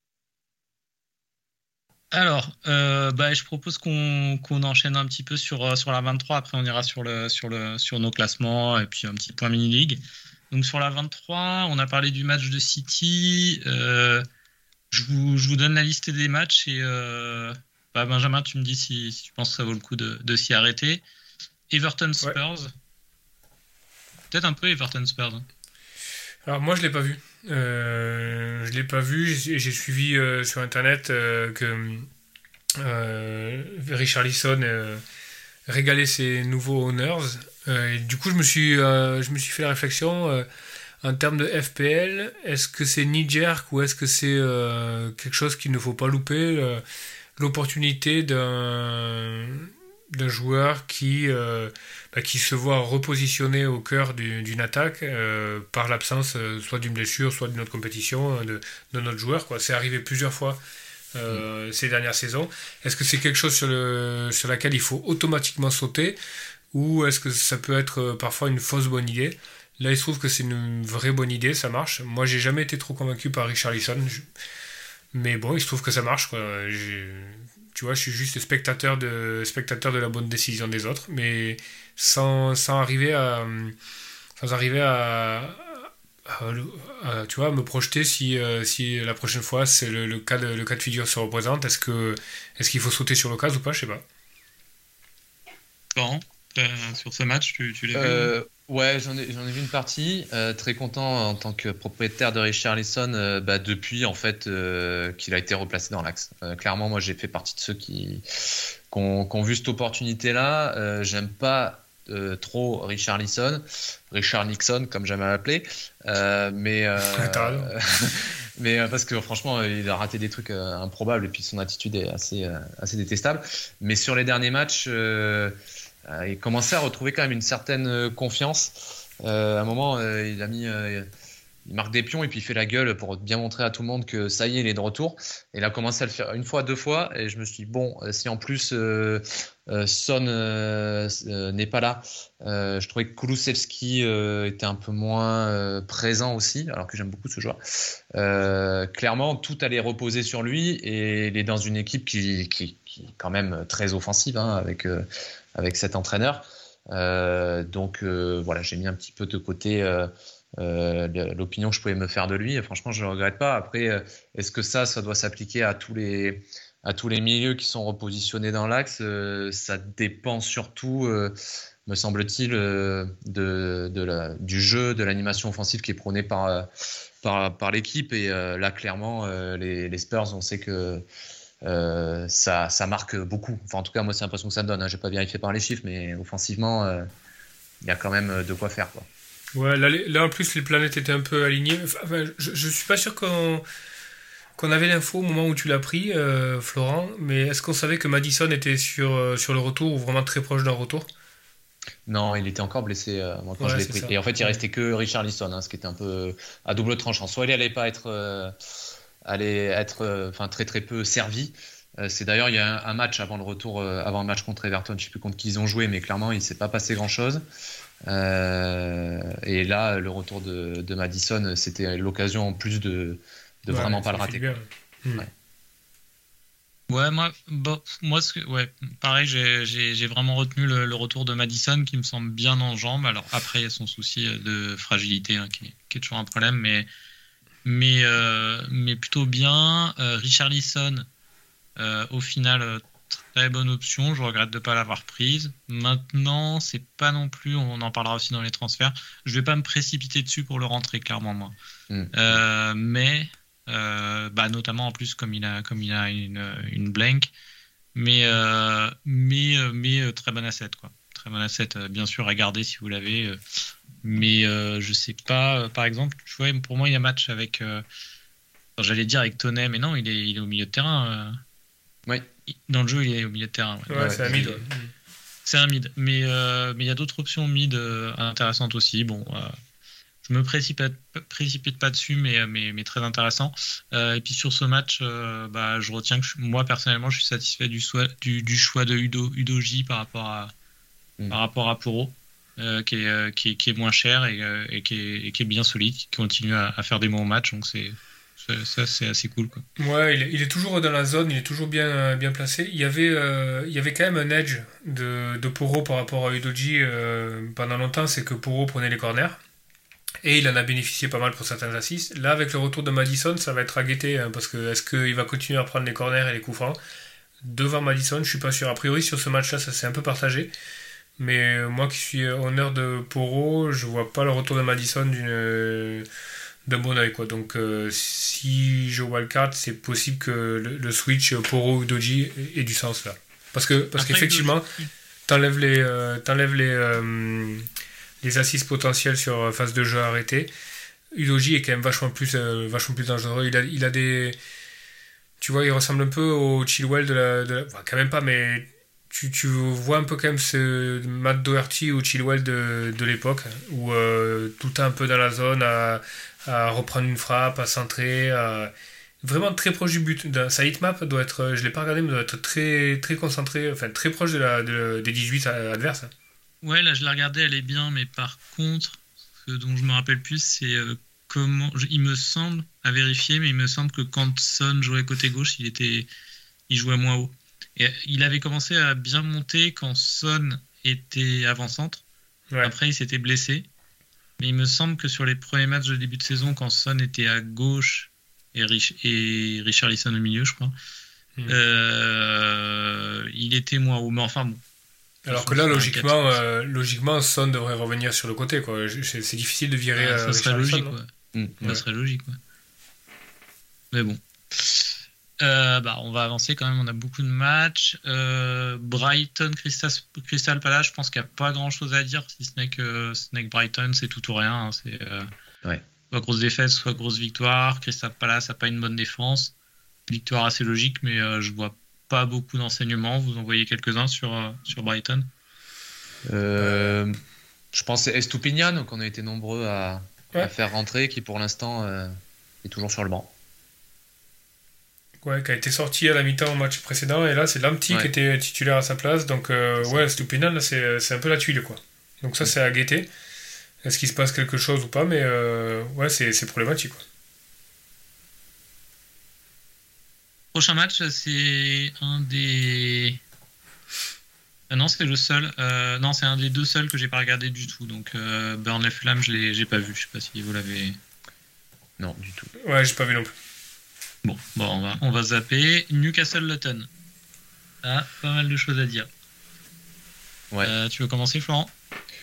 Alors, je propose qu'on enchaîne un petit peu sur la 23. Après, on ira sur nos classements et puis un petit point mini-league. Donc, sur la 23, on a parlé du match de City. Je vous donne la liste des matchs et Benjamin, tu me dis si tu penses que ça vaut le coup de s'y arrêter. Everton Spurs. Ouais. Peut-être un peu Everton Spurs. Hein. Alors moi je l'ai pas vu. J'ai suivi sur internet que Richarlison régalait ses nouveaux owners. Et du coup je me suis fait la réflexion en termes de FPL, est-ce que c'est knee-jerk ou est-ce que c'est quelque chose qu'il ne faut pas louper, l'opportunité d'un joueur qui se voit repositionné au cœur d'une attaque par l'absence soit d'une blessure, soit d'une autre compétition de notre joueur, quoi. C'est arrivé plusieurs fois ces dernières saisons. Est-ce que c'est quelque chose sur laquelle il faut automatiquement sauter, ou est-ce que ça peut être parfois une fausse bonne idée? Là, il se trouve que c'est une vraie bonne idée, ça marche. Moi, j'ai jamais été trop convaincu par Richarlison, mais bon, il se trouve que ça marche, quoi. Tu vois, je suis juste spectateur de la bonne décision des autres, mais sans arriver à tu vois, me projeter si la prochaine fois c'est le cas de figure se représente. Est-ce qu'il faut sauter sur l'occasion ou pas, je sais pas. Laurent, sur ce match, tu l'as vu? Ouais, j'en ai vu une partie. Très content en tant que propriétaire de Richarlison depuis en fait qu'il a été replacé dans l'axe. Clairement, moi j'ai fait partie de ceux qui ont vu cette opportunité-là. J'aime pas trop Richarlison comme j'aime à l'appeler, mais parce que franchement il a raté des trucs improbables et puis son attitude est assez détestable. Mais sur les derniers matchs, il commençait à retrouver quand même une certaine confiance. À un moment, il marque des pions et puis il fait la gueule pour bien montrer à tout le monde que ça y est, il est de retour. Et il a commencé à le faire une fois, deux fois, et je me suis dit, bon, si en plus Son n'est pas là, je trouvais que Kulusevski était un peu moins présent aussi, alors que j'aime beaucoup ce joueur. Clairement, tout allait reposer sur lui, et il est dans une équipe qui est quand même très offensive, hein, avec cet entraîneur. Donc voilà, j'ai mis un petit peu de côté l'opinion que je pouvais me faire de lui. Franchement, je ne regrette pas. Après, est-ce que ça doit s'appliquer à tous les milieux qui sont repositionnés dans l'axe? Ça dépend surtout, me semble-t-il, du jeu, de l'animation offensive qui est prônée par l'équipe. Et là, clairement, les Spurs, on sait que ça marque beaucoup. Enfin, en tout cas, moi, c'est l'impression que ça me donne, hein. Je n'ai pas vérifié par les chiffres, mais offensivement, il y a quand même de quoi faire, quoi. Ouais, là en plus les planètes étaient un peu alignées. Enfin, je suis pas sûr qu'on avait l'info au moment où tu l'as pris, Florent, mais est-ce qu'on savait que Maddison était sur le retour, ou vraiment très proche d'un retour? Non, il était encore blessé moi, quand je l'ai pris. Ça. Et en fait, il restait que Richarlison, hein, ce qui était un peu à double tranchant. Soit il allait pas être très très peu servi. C'est d'ailleurs, il y a un match avant le retour, avant le match contre Everton, je sais plus contre qui ils ont joué, mais clairement il s'est pas passé grand chose. Et là, le retour de Maddison, c'était l'occasion en plus de vraiment pas le rater. Ouais, pareil, j'ai vraiment retenu le retour de Maddison qui me semble bien en jambes. Alors après, il y a son souci de fragilité, hein, qui est toujours un problème, mais plutôt bien. Richarlison, au final, très bonne option. Je regrette de ne pas l'avoir prise. Maintenant, c'est pas non plus, on en parlera aussi dans les transferts. Je vais pas me précipiter dessus pour le rentrer, clairement, moi. Mais notamment en plus comme il a une blank, mais très bon asset, quoi. Très bon asset, bien sûr, à garder si vous l'avez. Mais je sais pas. Par exemple, tu vois, pour moi, il y a un match avec. J'allais dire avec Toney, mais non, il est au milieu de terrain. Oui. Dans le jeu, il est au milieu de terrain. Ouais, c'est un mid. C'est un mid. Mais il y a d'autres options mid intéressantes aussi. Bon, je me précipite pas dessus, mais très intéressant. Et puis sur ce match, je retiens que moi, personnellement, je suis satisfait du choix de Udogie par rapport à Porro, qui est moins cher et qui est bien solide, qui continue à faire des bons matchs. Donc ça, c'est assez cool, quoi. Ouais, il est toujours dans la zone, il est toujours bien placé. Il y avait quand même un edge de Porro par rapport à Udogie pendant longtemps, c'est que Porro prenait les corners et il en a bénéficié pas mal pour certains assists. Là, avec le retour de Maddison, ça va être à guetter, hein, parce que est-ce qu'il va continuer à prendre les corners et les coups francs devant Maddison? Je suis pas sûr. A priori, sur ce match-là, ça s'est un peu partagé. Mais moi qui suis honneur de Porro, je vois pas le retour de Maddison d'un bon oeil, quoi. Donc si je wildcard, c'est possible que le switch Porro Udogie ait du sens là. Parce qu'effectivement, t'enlèves les assists potentiels sur phase de jeu arrêtée. Udogie est quand même vachement plus dangereux. Il a des... Tu vois, il ressemble un peu au Chilwell de la... Enfin, quand même pas, mais tu vois un peu quand même ce Matt Doherty ou Chilwell de l'époque, où tout le temps un peu dans la zone, à reprendre une frappe, à centrer, vraiment très proche du but. Sa hitmap doit être, je l'ai pas regardé, mais doit être très, très concentré, enfin très proche des 18 adverses. Ouais, là je la regardais, elle est bien, mais par contre, ce dont je me rappelle plus, c'est il me semble, à vérifier, mais il me semble que quand Son jouait côté gauche, il jouait moins haut. Et il avait commencé à bien monter quand Son était avant-centre. Ouais. Après, il s'était blessé. Mais il me semble que sur les premiers matchs de début de saison, quand Son était à gauche et Richarlison au milieu, je crois, il était moins haut. Mais enfin bon. Alors que là, logiquement, Son devrait revenir sur le côté, quoi. C'est difficile de virer. Ça serait logique, ouais. Ça Ouais. serait logique, ouais. Mais bon. On va avancer quand même, on a beaucoup de matchs. Brighton, Crystal Palace, je pense qu'il n'y a pas grand chose à dire, si ce n'est que Brighton, c'est tout ou rien. Hein, c'est soit grosse défaite, soit grosse victoire. Crystal Palace n'a pas une bonne défense. Victoire assez logique, mais je vois pas beaucoup d'enseignements. Vous en voyez quelques-uns sur Brighton. Je pense que c'est Estupiñán qu'on a été nombreux à faire rentrer, qui pour l'instant est toujours sur le banc. Ouais, qui a été sorti à la mi-temps au match précédent, et là c'est Lamptey qui était titulaire à sa place, donc Estupiñán, là c'est un peu la tuile, quoi. Donc ça c'est à guetter. Est-ce qu'il se passe quelque chose ou pas, mais c'est problématique, quoi. Prochain match, c'est un des... non, c'est le seul. Non, c'est un des deux seuls que j'ai pas regardé du tout. Donc Burnley-Fulham, j'ai pas vu. Je sais pas si vous l'avez... Non, du tout. Ouais, j'ai pas vu non plus. Bon, on va zapper. Newcastle-Luton. Ah, pas mal de choses à dire. Ouais. Tu veux commencer, Florent ?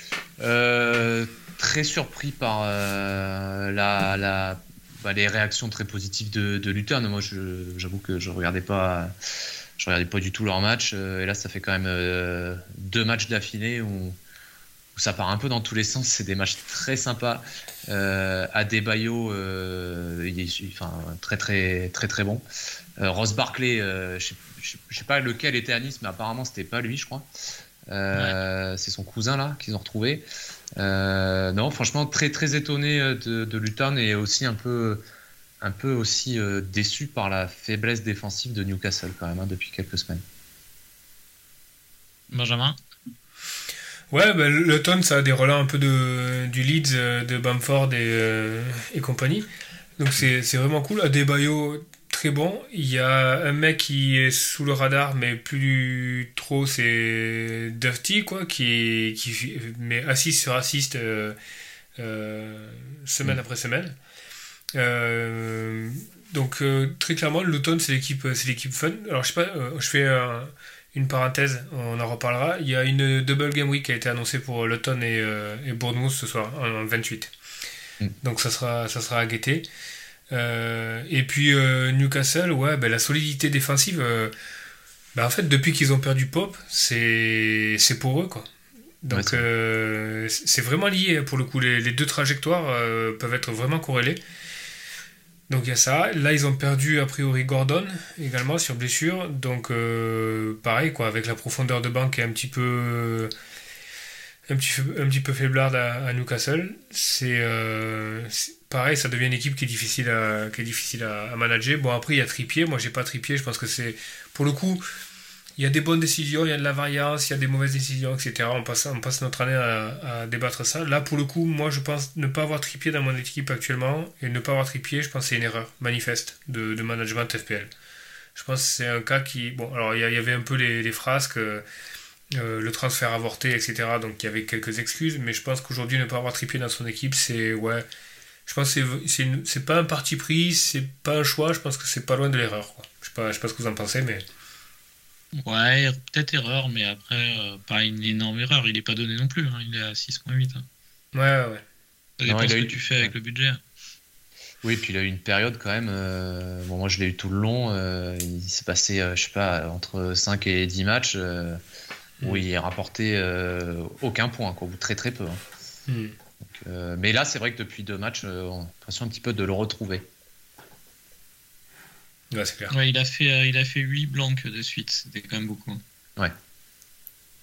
Très surpris par les réactions très positives de Luton. Moi, j'avoue que je regardais pas du tout leur match. Et là, ça fait quand même 2 matchs d'affilée où ça part un peu dans tous les sens. C'est des matchs très sympas. Adebayo, il est très très très très bon. Ross Barkley, je sais pas lequel était à Nice, mais apparemment c'était pas lui, je crois. C'est son cousin là qu'ils ont retrouvé. Non, franchement très très étonné de Luton, et aussi un peu aussi déçu par la faiblesse défensive de Newcastle quand même, depuis quelques semaines. Benjamin ? Ouais, Luton, ça a des relents un peu du Leeds, de Bamford et compagnie. Donc c'est vraiment cool. Adebayo, très bon. Il y a un mec qui est sous le radar, mais plus trop, c'est Doherty, quoi, qui met assist sur assist semaine après semaine. Donc très clairement, Luton, c'est l'équipe fun. Alors je sais pas, je fais une parenthèse, on en reparlera. Il y a une double game week qui a été annoncée pour Luton et Bournemouth ce soir, en 28. Donc ça sera à guetter. Et puis Newcastle, la solidité défensive, en fait depuis qu'ils ont perdu Pope, c'est pour eux, quoi. Donc c'est vraiment lié, pour le coup. Les deux trajectoires peuvent être vraiment corrélées. Donc il y a ça. Là ils ont perdu a priori Gordon également sur blessure. Donc pareil, quoi, avec la profondeur de banc qui est un petit peu faiblarde à Newcastle. C'est pareil, ça devient une équipe qui est difficile à manager. Bon, après il y a Trippier. Moi j'ai pas Trippier. Je pense que c'est, pour le coup, il y a des bonnes décisions, il y a de la variance, il y a des mauvaises décisions, etc. On passe notre année à débattre ça. Là, pour le coup, moi, je pense ne pas avoir Trippier dans mon équipe actuellement, et ne pas avoir Trippier, je pense que c'est une erreur manifeste de management FPL. Je pense que c'est un cas qui... Bon, alors, il y avait un peu les frasques, le transfert avorté, etc. Donc, il y avait quelques excuses, mais je pense qu'aujourd'hui, ne pas avoir Trippier dans son équipe, c'est... Ouais, je pense que c'est pas un parti pris, c'est pas un choix, je pense que c'est pas loin de l'erreur, quoi. Je sais pas ce que vous en pensez, mais... Ouais, peut-être erreur, mais après, pas une énorme erreur. Il n'est pas donné non plus, hein. Il est à 6,8. Hein. Ouais. Ça dépend ce que tu fais avec le budget. Oui, puis il a eu une période quand même. Moi, je l'ai eu tout le long. Il s'est passé, je sais pas, entre 5 et 10 matchs où il a rapporté aucun point, quoi, ou très très peu. Hein. Donc, mais là, c'est vrai que depuis 2 matchs, on a l'impression un petit peu de le retrouver. Ouais, c'est clair. Ouais, il a fait 8 blancs de suite, c'était quand même beaucoup. Ouais.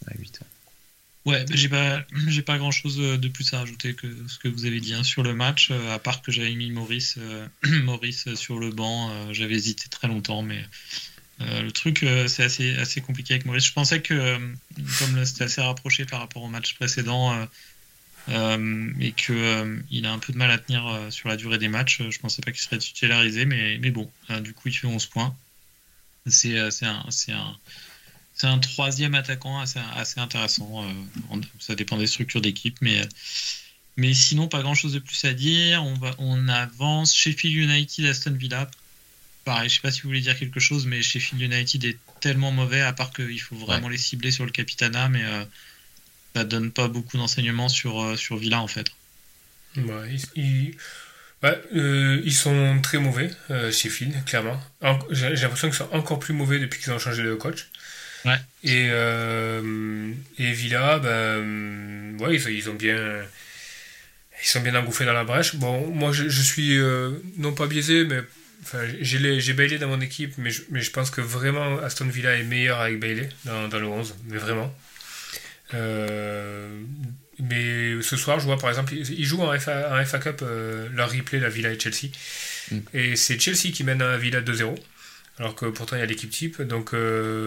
à 8. Ouais, j'ai pas grand chose de plus à rajouter que ce que vous avez dit sur le match, à part que j'avais mis Maurice sur le banc. J'avais hésité très longtemps, mais le truc, c'est assez compliqué avec Maurice. Je pensais que, comme c'était assez rapproché par rapport au match précédent, et qu'il a un peu de mal à tenir sur la durée des matchs, je pensais pas qu'il serait titularisé, mais bon, du coup, il fait 11 points. C'est un troisième attaquant assez intéressant. Ça dépend des structures d'équipe, mais sinon, pas grand-chose de plus à dire. On avance. Sheffield United, Aston Villa. Pareil, je sais pas si vous voulez dire quelque chose, mais Sheffield United est tellement mauvais, à part qu'il faut vraiment les cibler sur le Capitana, mais ça donne pas beaucoup d'enseignements sur Villa, en fait. Ouais, ils sont très mauvais, Sheffield, clairement. J'ai l'impression qu'ils sont encore plus mauvais depuis qu'ils ont changé de coach. Ouais. Et Villa, ouais, ils sont bien engouffrés dans la brèche. Bon, moi, je suis non pas biaisé, mais enfin, j'ai Bailey dans mon équipe, mais je pense que vraiment Aston Villa est meilleur avec Bailey dans le 11, mais vraiment. Mais ce soir, je vois par exemple, ils jouent en FA Cup leur replay, la Villa et Chelsea. Et c'est Chelsea qui mène à Villa 2-0, alors que pourtant il y a l'équipe type. Donc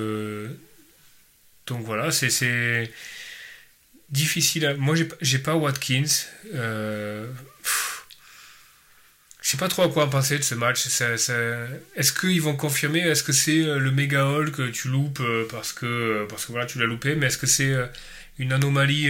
voilà, c'est difficile. Moi, j'ai pas Watkins. Je sais pas trop à quoi en penser de ce match. Est-ce qu'ils vont confirmer? Est-ce que c'est le méga haul que tu loupes parce que voilà, tu l'as loupé? Mais est-ce que c'est une anomalie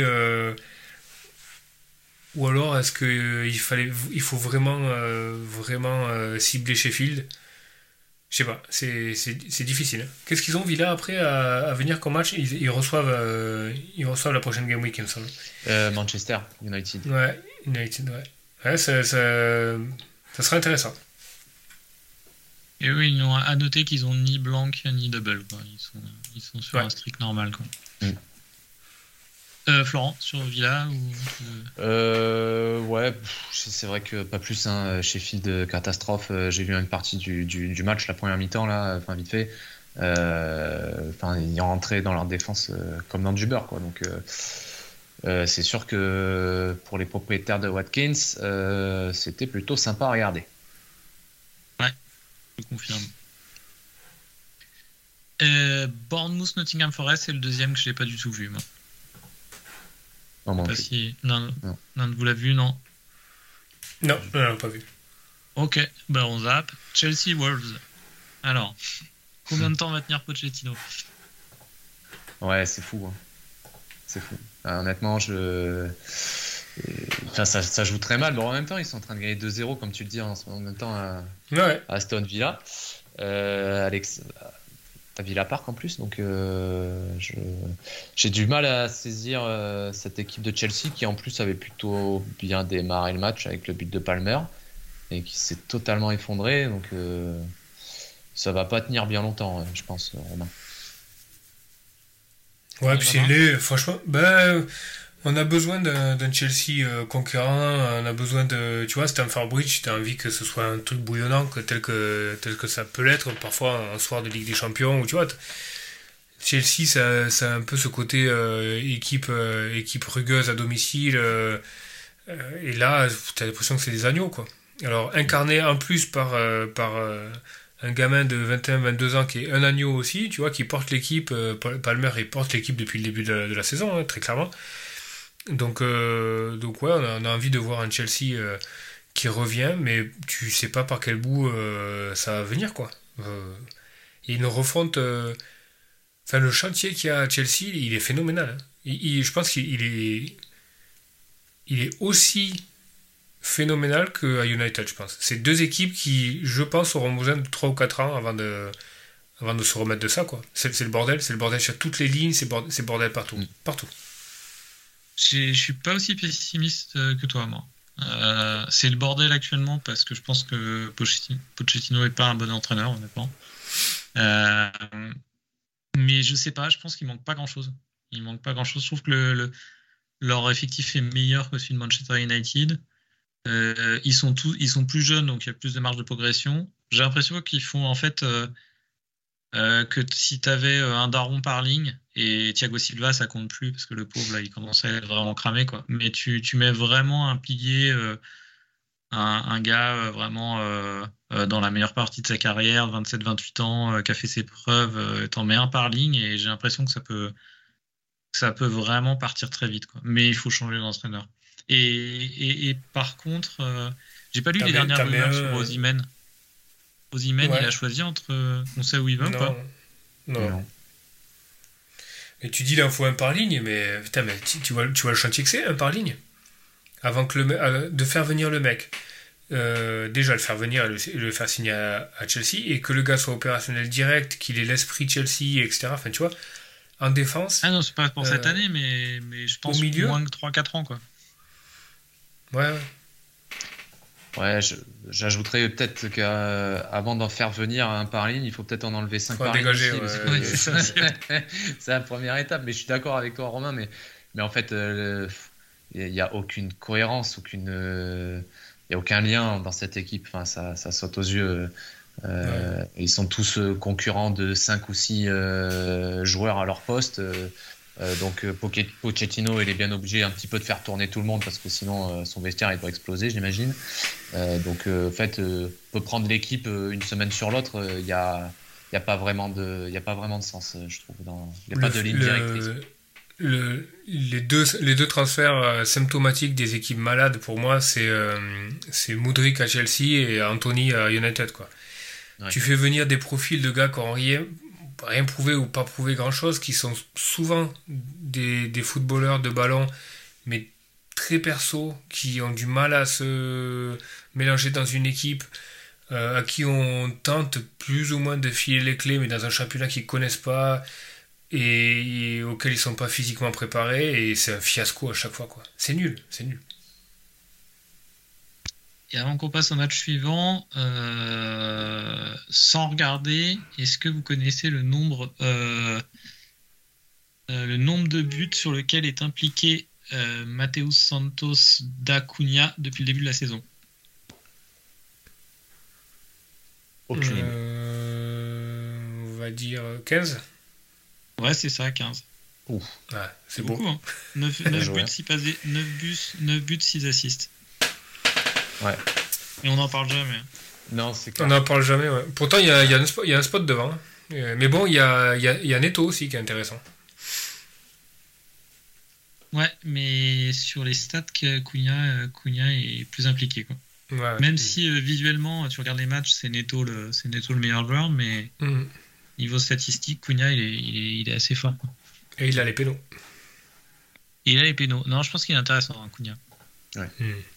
ou alors est-ce que il faut vraiment cibler Sheffield? Je sais pas, c'est difficile. Qu'est-ce qu'ils ont Villa après à venir comme match? Ils reçoivent la prochaine game week, il me semble. Manchester United. Ouais, United, ouais. Ouais, ça sera intéressant. Et oui, ils ont à noter qu'ils ont ni blanc ni double, quoi. Ils sont sur un streak normal, quoi. Florent, sur Villa ouais, c'est vrai que pas plus. Sheffield, catastrophe. J'ai vu une partie du match, la première mi-temps, là, enfin vite fait. Ils rentraient dans leur défense comme dans du beurre, quoi. Donc, c'est sûr que pour les propriétaires de Watkins, c'était plutôt sympa à regarder. Ouais, je confirme. Bournemouth, Nottingham Forest, c'est le deuxième que je n'ai pas du tout vu, moi. Non, non. L'un de vous l'a vu, non? Non, pas vu. Ok, on zappe. Chelsea Wolves. Alors, combien de temps va tenir Pochettino? Ouais, c'est fou. C'est fou. Honnêtement, ça joue très mal. Bon, en même temps, ils sont en train de gagner 2-0, comme tu le dis, en même temps à Aston Villa. À Villa Park en plus, donc j'ai du mal à saisir cette équipe de Chelsea qui en plus avait plutôt bien démarré le match avec le but de Palmer et qui s'est totalement effondré, donc ça va pas tenir bien longtemps, je pense, Romain. Ouais, puis franchement, on a besoin d'un Chelsea conquérant, on a besoin de, tu vois, Stamford Bridge, t'as envie que ce soit un truc bouillonnant, tel que ça peut l'être parfois un soir de Ligue des Champions, ou tu vois, Chelsea, ça a un peu ce côté équipe rugueuse à domicile, et là, t'as l'impression que c'est des agneaux, quoi. Alors, incarné en plus par un gamin de 21-22 ans qui est un agneau aussi, tu vois, qui porte l'équipe, Palmer, il porte l'équipe depuis le début de la saison, très clairement. Donc ouais, on a envie de voir un Chelsea qui revient, mais tu sais pas par quel bout ça va venir, quoi. Il y a une refonte. Enfin, le chantier qu'il y a à Chelsea, il est phénoménal. Je pense qu'il est aussi phénoménal qu'à United, je pense. C'est deux équipes qui, je pense, auront besoin de 3 ou 4 ans avant de se remettre de ça, quoi. C'est le bordel sur toutes les lignes, c'est bordel partout. Partout. Je suis pas aussi pessimiste que toi, moi. C'est le bordel actuellement parce que je pense que Pochettino est pas un bon entraîneur, honnêtement. Mais je sais pas, je pense qu'il manque pas grand-chose. Je trouve que leur effectif est meilleur que celui de Manchester United. Ils sont plus jeunes, donc il y a plus de marge de progression. J'ai l'impression qu'ils font en fait que si tu avais un daron par ligne Et Thiago Silva, ça compte plus parce que le pauvre, là, il commence à être vraiment cramé, quoi. Mais tu mets vraiment un pilier, un gars vraiment dans la meilleure partie de sa carrière, 27-28 ans, qui a fait ses preuves, t'en mets un par ligne et j'ai l'impression que ça peut vraiment partir très vite, quoi. Mais il faut changer d'entraîneur. Et par contre, j'ai pas lu les dernières rumeurs sur Osimhen. Osimhen, il a choisi entre. On sait où il va ou pas? Non. Mais tu dis là, il faut un par ligne, mais putain, mais tu vois le chantier que c'est, un par ligne. Avant que de faire venir le mec, déjà le faire venir et le faire signer à Chelsea, et que le gars soit opérationnel direct, qu'il ait l'esprit Chelsea, etc. Enfin, tu vois, en défense. Ah non, c'est pas pour cette année, mais je pense moins que 3-4 ans, quoi. Ouais. Ouais, j'ajouterais peut-être qu'avant d'en faire venir un par ligne, il faut peut-être en enlever 5 par ligne. C'est la première étape, mais je suis d'accord avec toi, Romain, mais en fait, il n'y a aucune cohérence, il n'y a aucun lien dans cette équipe. Enfin, ça saute aux yeux. Ils sont tous concurrents de 5 ou 6 joueurs à leur poste. Donc Pochettino, il est bien obligé un petit peu de faire tourner tout le monde parce que sinon son vestiaire il doit exploser, j'imagine. Donc en fait, on peut prendre l'équipe une semaine sur l'autre. Il n'y a pas vraiment de sens, je trouve. Il n'y a pas de ligne directrice. Les deux transferts symptomatiques des équipes malades pour moi, c'est Mudryk à Chelsea et Anthony à United, quoi. Ouais. Tu fais venir des profils de gars qui n'ont rien prouvé ou pas prouvé grand chose, qui sont souvent des footballeurs de ballon, mais très perso, qui ont du mal à se mélanger dans une équipe, à qui on tente plus ou moins de filer les clés, mais dans un championnat qu'ils ne connaissent pas et auquel ils ne sont pas physiquement préparés, et c'est un fiasco à chaque fois, quoi. C'est nul. Et avant qu'on passe au match suivant, sans regarder, est-ce que vous connaissez le nombre de buts sur lequel est impliqué Mateus Santos da Cunha depuis le début de la saison? Aucune idée. On va dire 15. Ouais, c'est ça, 15. Ouf. Ouais, c'est beaucoup, hein. 9 buts, 6 assists. Ouais. Et on n'en parle jamais. Non, c'est clair. On n'en parle jamais, ouais. Pourtant, il y a un spot devant. Hein. Mais bon, il y a Neto aussi qui est intéressant. Ouais, mais sur les stats, Cunha est plus impliqué, quoi. Ouais. Même si visuellement, tu regardes les matchs, c'est Neto le meilleur joueur, mais niveau statistique, Cunha, il est assez fort, quoi. Et il a les pénaux. Non, je pense qu'il est intéressant, hein, Cunha. Ouais.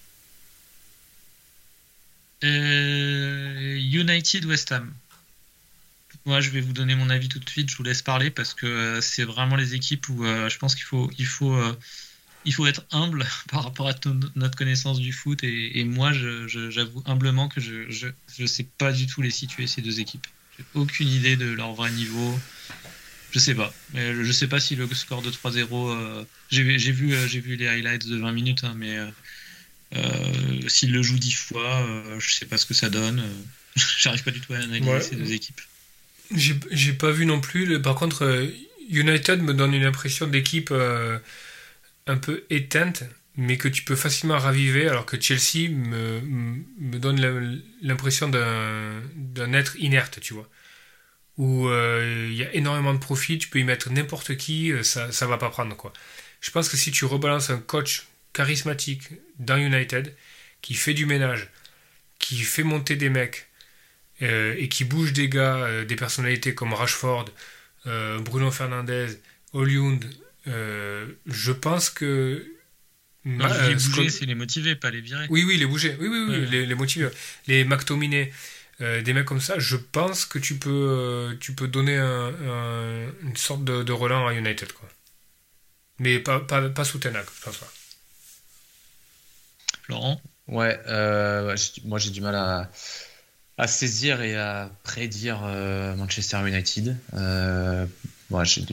United West Ham. Moi, je vais vous donner mon avis tout de suite. Je vous laisse parler parce que c'est vraiment les équipes où je pense qu'il faut être humble par rapport à notre connaissance du foot. Et moi, j'avoue humblement que je sais pas du tout les situer, ces deux équipes. J'ai aucune idée de leur vrai niveau. Je sais pas. Je sais pas si le score de 3-0. J'ai vu les highlights de 20 minutes, hein, mais. S'il le joue 10 fois, je sais pas ce que ça donne. J'arrive pas du tout à analyser ces deux équipes. J'ai pas vu non plus. Par contre, United me donne une impression d'équipe un peu éteinte, mais que tu peux facilement raviver, alors que Chelsea me donne l'impression d'un être inerte, tu vois. Où il y a énormément de profits, tu peux y mettre n'importe qui, ça va pas prendre, quoi. Je pense que si tu rebalances un coach charismatique dans United, qui fait du ménage, qui fait monter des mecs et qui bouge des gars, des personnalités comme Rashford, Bruno Fernandes, Højlund, je pense que les bouger, c'est les motiver, pas les virer. Oui, les bouger, les motiver. Les McTominay, des mecs comme ça, je pense que tu peux donner une sorte de relance à United, quoi. Mais pas sous Ten Hag, je pense pas. Laurent? Ouais, moi j'ai du mal à saisir et à prédire Manchester United. Moi j'ai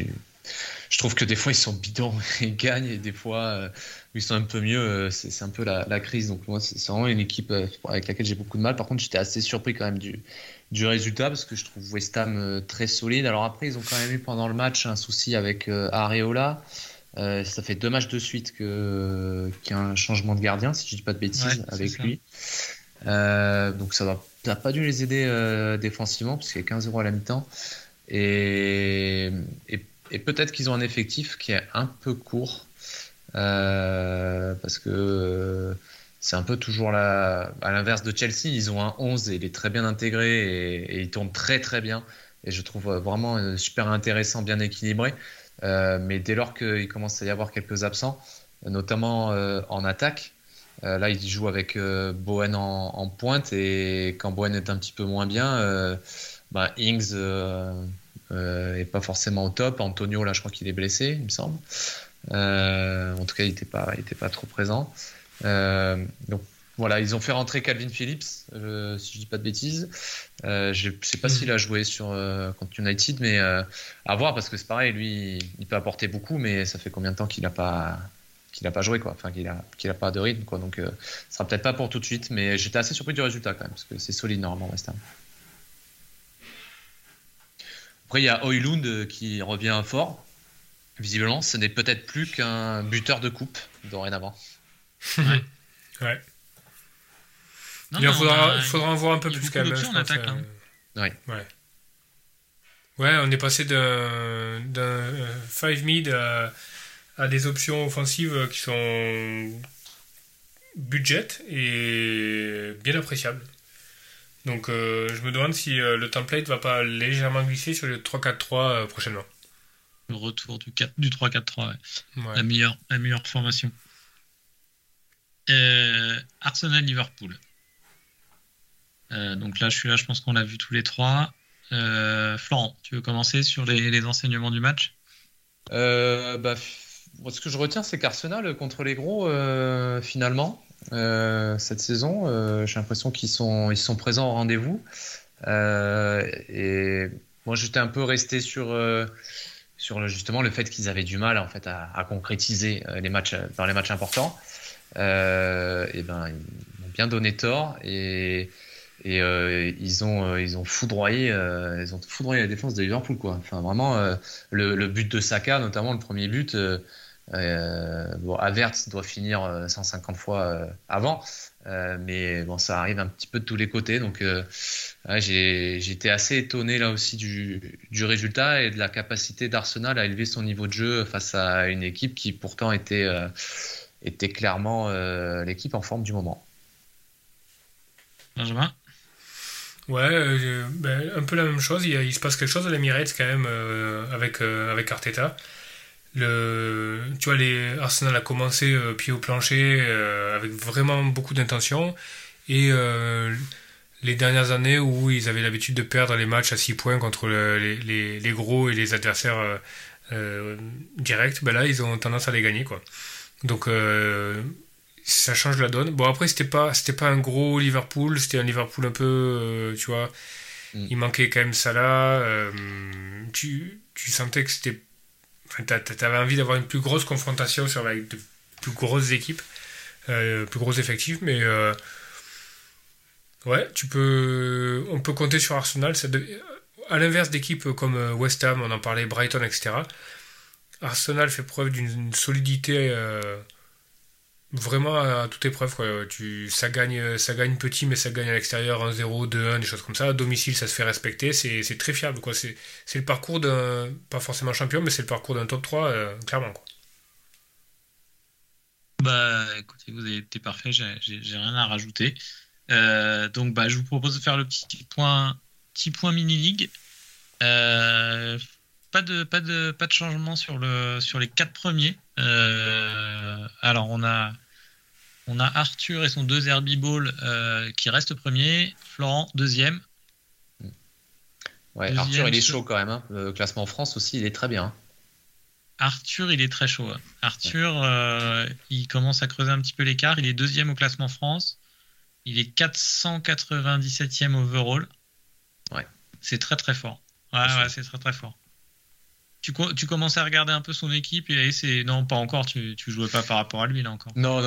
je trouve que des fois ils sont bidons et gagnent, et des fois où ils sont un peu mieux, c'est un peu la crise. Donc moi, c'est vraiment une équipe avec laquelle j'ai beaucoup de mal. Par contre, j'étais assez surpris quand même du résultat, parce que je trouve West Ham très solide. Alors après, ils ont quand même eu pendant le match un souci avec Areola. Ça fait 2 matchs de suite qu'il y a un changement de gardien, si je dis pas de bêtises, avec lui. Donc ça n'a pas dû les aider défensivement, parce qu'il y a 15-0 à la mi-temps. Et peut-être qu'ils ont un effectif qui est un peu court, parce que c'est un peu toujours à l'inverse de Chelsea. Ils ont un 11 et il est très bien intégré, et il tourne très très bien. Et je trouve vraiment super intéressant, bien équilibré. Mais dès lors qu'il commence à y avoir quelques absents, notamment en attaque, là il joue avec Bowen en pointe, et quand Bowen est un petit peu moins bien, Ings est pas forcément au top. Antonio, là je crois qu'il est blessé, il me semble. En tout cas il était pas trop présent. Donc voilà, ils ont fait rentrer Calvin Phillips, si je dis pas de bêtises. Je sais pas s'il a joué contre United, mais à voir, parce que c'est pareil, lui il peut apporter beaucoup, mais ça fait combien de temps qu'il a pas joué, quoi. Enfin, qu'il a pas de rythme, quoi. Donc ce sera peut-être pas pour tout de suite, mais j'étais assez surpris du résultat quand même, parce que c'est solide normalement, West Ham. Après il y a Højlund qui revient fort. Visiblement ce n'est peut-être plus qu'un buteur de coupe dorénavant. Ouais. Il faudra en voir un peu plus quand même. En attaque, Ouais, on est passé d'un 5 mid à des options offensives qui sont budget et bien appréciables. Donc je me demande si le template va pas légèrement glisser sur le 3-4-3 prochainement. Le retour du 3-4-3, ouais. La meilleure formation. Arsenal-Liverpool. Donc là, je pense qu'on l'a vu tous les trois. Florent, tu veux commencer sur les enseignements du match ? Ce que je retiens, c'est qu'Arsenal, contre les gros, finalement, cette saison, j'ai l'impression qu'ils sont présents au rendez-vous. Et moi, j'étais un peu resté sur justement le fait qu'ils avaient du mal en fait à concrétiser les matchs dans les matchs importants. Ils m'ont bien donné tort, et ils ont foudroyé la défense de Liverpool, quoi. Enfin vraiment, le but de Saka, notamment le premier but, Havertz doit finir 150 fois avant, mais bon, ça arrive un petit peu de tous les côtés. Donc j'ai été assez étonné là aussi du résultat et de la capacité d'Arsenal à élever son niveau de jeu face à une équipe qui pourtant était clairement l'équipe en forme du moment. Benjamin ? Ouais, un peu la même chose. Il se passe quelque chose à l'Emirates quand même avec Arteta. Tu vois, Arsenal a commencé pied au plancher avec vraiment beaucoup d'intention, et les dernières années où ils avaient l'habitude de perdre les matchs à 6 points contre les gros et les adversaires directs, là ils ont tendance à les gagner, quoi. Donc ça change la donne. Bon, après c'était pas un gros Liverpool, c'était un Liverpool un peu tu vois, il manquait quand même Salah, tu sentais que c'était, enfin, t'avais envie d'avoir une plus grosse confrontation avec de plus grosses équipes, plus gros effectifs, mais ouais, on peut compter sur Arsenal. À l'inverse d'équipes comme West Ham, on en parlait, Brighton, etc. Arsenal fait preuve d'une solidité vraiment à toute épreuve, quoi. Ça gagne petit, mais ça gagne à l'extérieur 1-0, 2-1, des choses comme ça. À domicile, ça se fait respecter. C'est très fiable, quoi. C'est le parcours d'un, pas forcément champion, mais c'est le parcours d'un top 3, clairement, quoi. Écoutez, vous avez été parfait, j'ai rien à rajouter. Donc je vous propose de faire le petit point mini-league. Pas de changement sur les 4 premiers. Alors on a Arthur et son 2 Herbie-Ball qui reste premier. Florent deuxième. Ouais, Arthur il est chaud quand même, hein. Le classement France aussi, il est très bien, hein. Arthur il est très chaud, hein. Arthur il commence à creuser un petit peu l'écart. Il est deuxième au classement France. Il est 497e overall. Ouais. C'est très très fort. Ouais, c'est très très fort. tu commençais à regarder un peu son équipe et c'est non pas encore. Tu jouais pas par rapport à lui là encore. Non.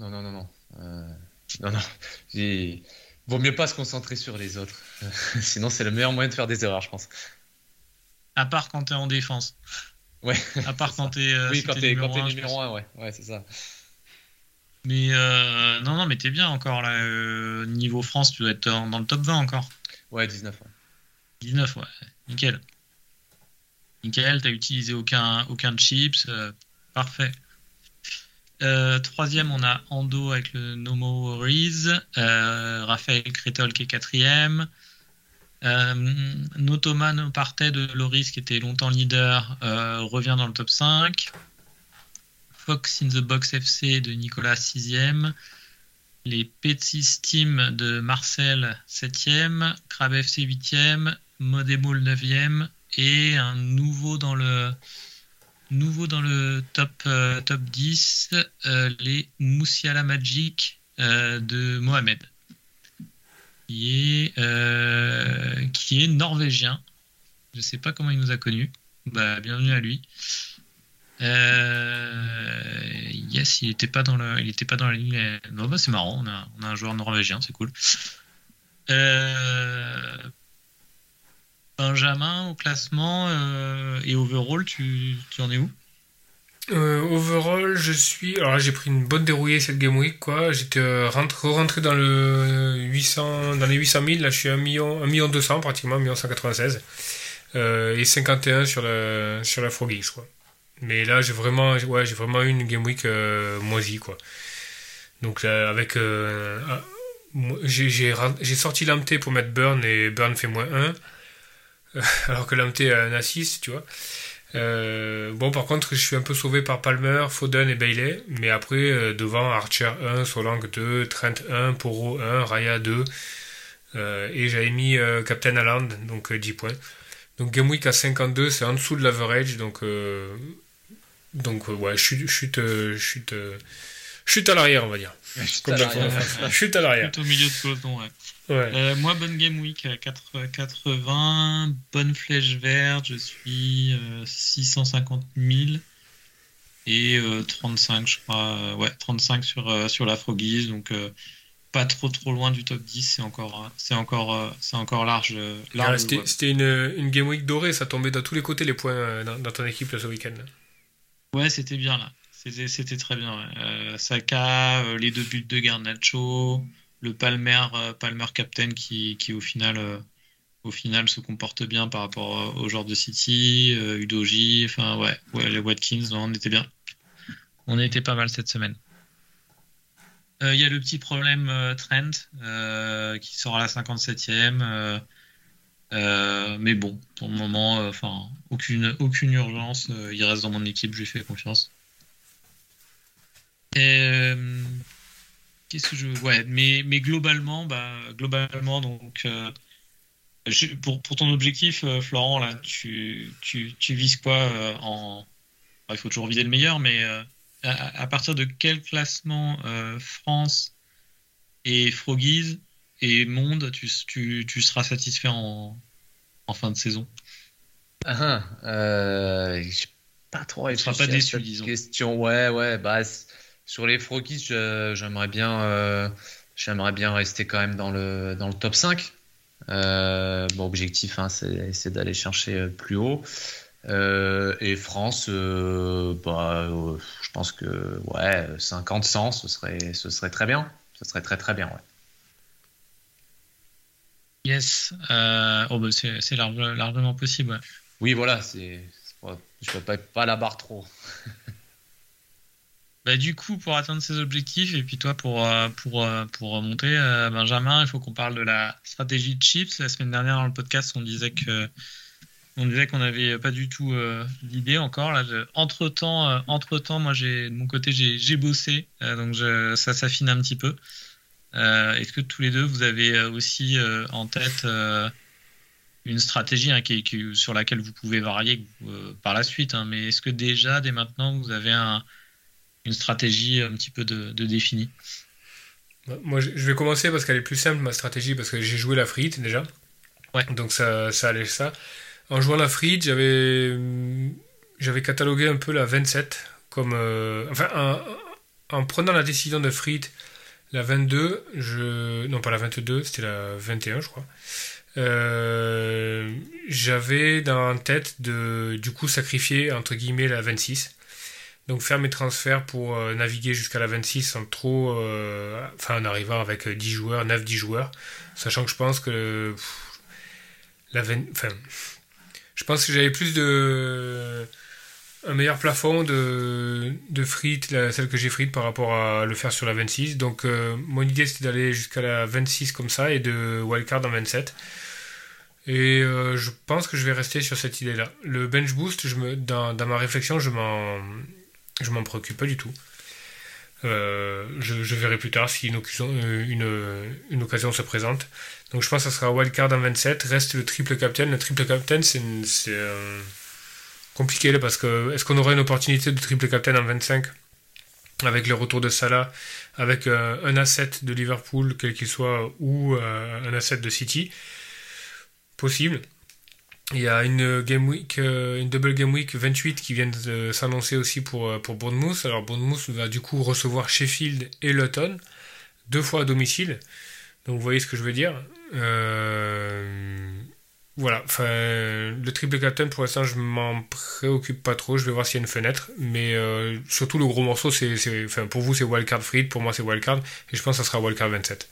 Non. Vaut mieux pas se concentrer sur les autres. Sinon, c'est le meilleur moyen de faire des erreurs, je pense. À part quand t'es en défense. Ouais. À part quand t'es. Oui, si quand t'es t'es numéro 1, numéro 1, ouais. Ouais, c'est ça. Mais non, mais t'es bien encore là. Niveau France, tu dois être dans le top 20 encore. Ouais, 19. Ouais. 19, ouais. Nickel. Nickel, t'as utilisé aucun chips. Parfait. Troisième, on a Ando avec le Nomo Riz. Raphaël Crétol qui est quatrième. Notoman Partey de Loris qui était longtemps leader revient dans le top 5. Fox in the Box FC de Nicolas 6e. Les Petsis Team de Marcel 7e. Crab FC 8e. Modemol 9e. Et un nouveau dans le top 10, les Moussiala Magic de Mohamed, qui est norvégien. Je ne sais pas comment il nous a connus. Bah, bienvenue à lui. Yes, il n'était pas dans la ligne. Non, bah, c'est marrant, on a un joueur norvégien, c'est cool. Benjamin, au classement et overall, tu en es où? Overall, alors là, j'ai pris une bonne dérouillée cette Game Week, quoi. J'étais rentré dans le 800, dans les 800 000. Là, je suis 1 million 200 pratiquement, 1 million 196. Et 51 sur la Frogix, quoi. Mais là, j'ai vraiment eu une Game Week moisie, quoi. Donc là, j'ai sorti l'AMT pour mettre Burn et Burn fait -1. Alors que l'AMT a un assist, tu vois. Bon, par contre, je suis un peu sauvé par Palmer, Foden et Bailey, mais après, devant Archer 1, Solang 2, Trent 1, Porro 1, Raya 2, et j'avais mis Captain Haaland, donc 10 points. Donc Game Week à 52, c'est en dessous de l'average, donc ouais, chute à l'arrière, on va dire. Chute à l'arrière. Tout au milieu de peloton, ouais. Ouais. Moi, bonne Game Week, 80, bonne flèche verte, je suis 650 000 et 35, je crois. 35 sur la Froggies, donc pas trop loin du top 10, c'est encore large. C'était une Game Week dorée, ça tombait de tous les côtés les points dans ton équipe là, ce week-end. Ouais, c'était bien là. C'était très bien. Ouais. Saka, les 2 buts de Garnacho, le Palmer Captain qui au final se comporte bien par rapport au joueur de City, Udogie, enfin ouais, les Watkins, on était bien. On était pas mal cette semaine. Il y a le petit problème Trent qui sort à la 57e. Mais bon, pour le moment, aucune urgence. Il reste dans mon équipe, je lui fais confiance. Qu'est-ce que ouais, mais globalement, donc pour ton objectif, Florent, là, tu vises quoi il faut toujours viser le meilleur, mais à partir de quel classement France et Froggies et Monde tu seras satisfait en fin de saison? J'ai pas trop réfléchi pas déçu, à cette disons. question. Ouais, bah sur les Froggies, j'aimerais bien rester quand même dans le top 5. Bon, objectif, hein, c'est d'aller chercher plus haut. Et France, je pense que 50-100, ce serait très bien. Ce serait très très bien, ouais. Yes, c'est largement possible. Ouais. Oui, voilà, je peux pas la barre trop. Bah, du coup, pour atteindre ces objectifs, et puis toi, pour remonter, Benjamin, il faut qu'on parle de la stratégie de Chips. La semaine dernière, dans le podcast, on disait qu'on n'avait pas du tout l'idée encore. Là, entre-temps, moi, de mon côté, j'ai bossé, donc ça s'affine un petit peu. Est-ce que tous les deux, vous avez aussi en tête une stratégie sur laquelle vous pouvez varier par la suite, hein, mais est-ce que déjà, dès maintenant, vous avez une stratégie un petit peu de définie? Moi, je vais commencer parce qu'elle est plus simple, ma stratégie, parce que j'ai joué la frite déjà. Ouais. Donc ça allait ça. En jouant la frite, j'avais j'avais catalogué un peu la 27 comme... en prenant la décision de Fried, la 22, non pas la 22, c'était la 21 je crois, j'avais dans tête de du coup sacrifier entre guillemets la 26. Donc faire mes transferts pour naviguer jusqu'à la 26 sans trop... en arrivant avec 10 joueurs, 9-10 joueurs, sachant que je pense que je pense que j'avais plus un meilleur plafond de frites, celle que j'ai frite par rapport à le faire sur la 26. Donc mon idée c'était d'aller jusqu'à la 26 comme ça et de wildcard en 27. Et je pense que je vais rester sur cette idée-là. Le bench boost, dans ma réflexion, je m'en préoccupe pas du tout. Je verrai plus tard si une occasion se présente. Donc je pense que ça sera wildcard en 27. Reste le triple captain. Le triple captain, c'est compliqué là, parce que est-ce qu'on aura une opportunité de triple captain en 25 avec le retour de Salah, avec un asset de Liverpool, quel qu'il soit, ou un asset de City? Possible. Il y a une double game week 28 qui vient de s'annoncer aussi pour Bournemouth. Alors Bournemouth va du coup recevoir Sheffield et Luton 2 fois à domicile. Donc vous voyez ce que je veux dire. Voilà. Le triple captain pour l'instant je m'en préoccupe pas trop. Je vais voir s'il y a une fenêtre. Mais surtout le gros morceau pour vous c'est wildcard free, pour moi c'est wildcard et je pense que ça sera wildcard 27.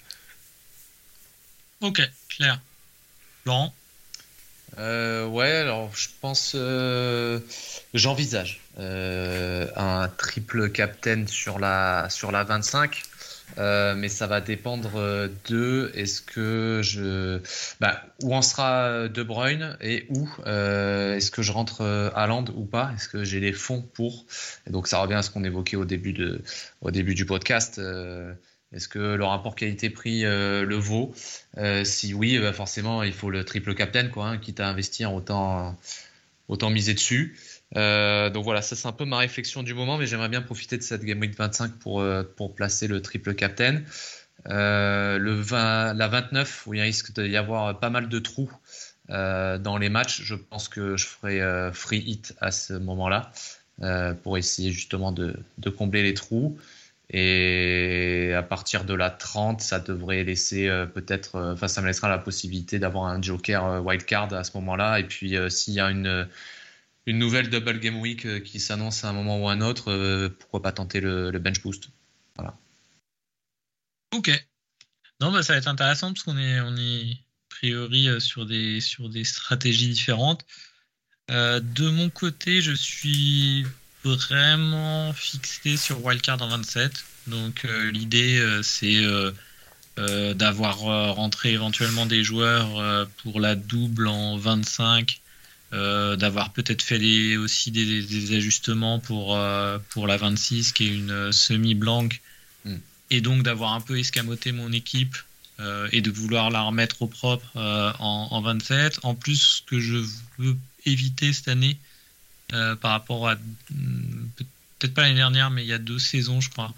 Ok, clair. Laurent? Ouais, alors je pense, j'envisage un triple captain sur la 25, mais ça va dépendre de est-ce que où en sera De Bruyne et est-ce que je rentre Haaland ou pas, est-ce que j'ai les fonds pour, et donc ça revient à ce qu'on évoquait au début du podcast. Est-ce que le rapport qualité-prix le vaut? Si oui, forcément, il faut le triple captain, quoi, quitte à investir, autant miser dessus. Donc voilà, ça c'est un peu ma réflexion du moment, mais j'aimerais bien profiter de cette Game Week 25 pour placer le triple captain. La 29, où il risque d'y avoir pas mal de trous dans les matchs, je pense que je ferai free hit à ce moment-là pour essayer justement de combler les trous. Et à partir de la 30, ça devrait laisser ça me laissera la possibilité d'avoir un joker wildcard à ce moment-là. Et puis s'il y a une nouvelle double game week qui s'annonce à un moment ou à un autre, pourquoi pas tenter le bench boost. Voilà. Ok. Non, ça va être intéressant parce qu'on est a priori sur des stratégies différentes. De mon côté, je suis vraiment fixé sur wildcard en 27. Donc l'idée c'est d'avoir rentré éventuellement des joueurs pour la double en 25, d'avoir peut-être fait aussi des ajustements pour la 26 qui est une semi-blanque, et donc d'avoir un peu escamoté mon équipe et de vouloir la remettre au propre en 27. En plus, ce que je veux éviter cette année par rapport à peut-être pas l'année dernière, mais il y a 2 saisons je crois,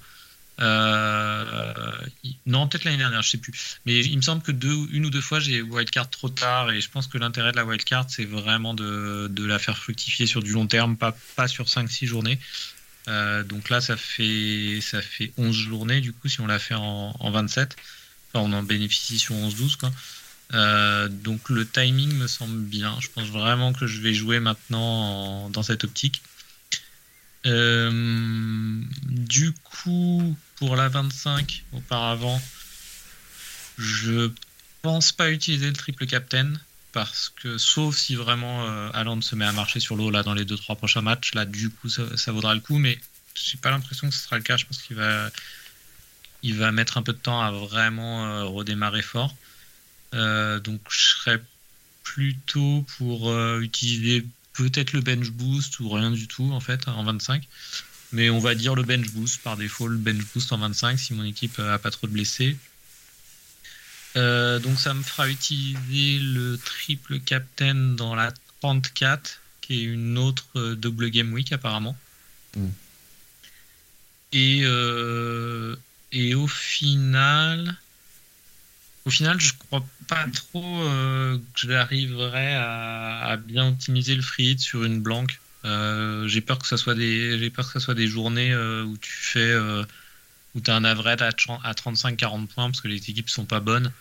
non peut-être l'année dernière, je sais plus, mais il me semble que une ou deux fois j'ai wildcard trop tard, et je pense que l'intérêt de la wildcard c'est vraiment de la faire fructifier sur du long terme, pas sur 5-6 journées. Donc là ça fait 11 journées du coup si on l'a fait en 27, enfin on en bénéficie sur 11-12 quoi. Donc le timing me semble bien. Je pense vraiment que je vais jouer maintenant dans cette optique. Du coup, pour la 25, auparavant, je pense pas utiliser le triple captain, parce que sauf si vraiment Haaland se met à marcher sur l'eau là dans les 2-3 prochains matchs, là du coup ça vaudra le coup, mais j'ai pas l'impression que ce sera le cas. Je pense qu'il va mettre un peu de temps à vraiment redémarrer fort. Donc je serais plutôt pour utiliser peut-être le bench boost ou rien du tout en fait en 25, mais on va dire le bench boost par défaut, le bench boost en 25 si mon équipe a pas trop de blessés. Donc ça me fera utiliser le triple captain dans la 34 qui est une autre double game week apparemment. Et au final, je crois pas trop que j'arriverai à bien optimiser le free hit sur une blanque. J'ai peur que ça soit des journées où tu fais où tu as un average à 35-40 points parce que les équipes sont pas bonnes.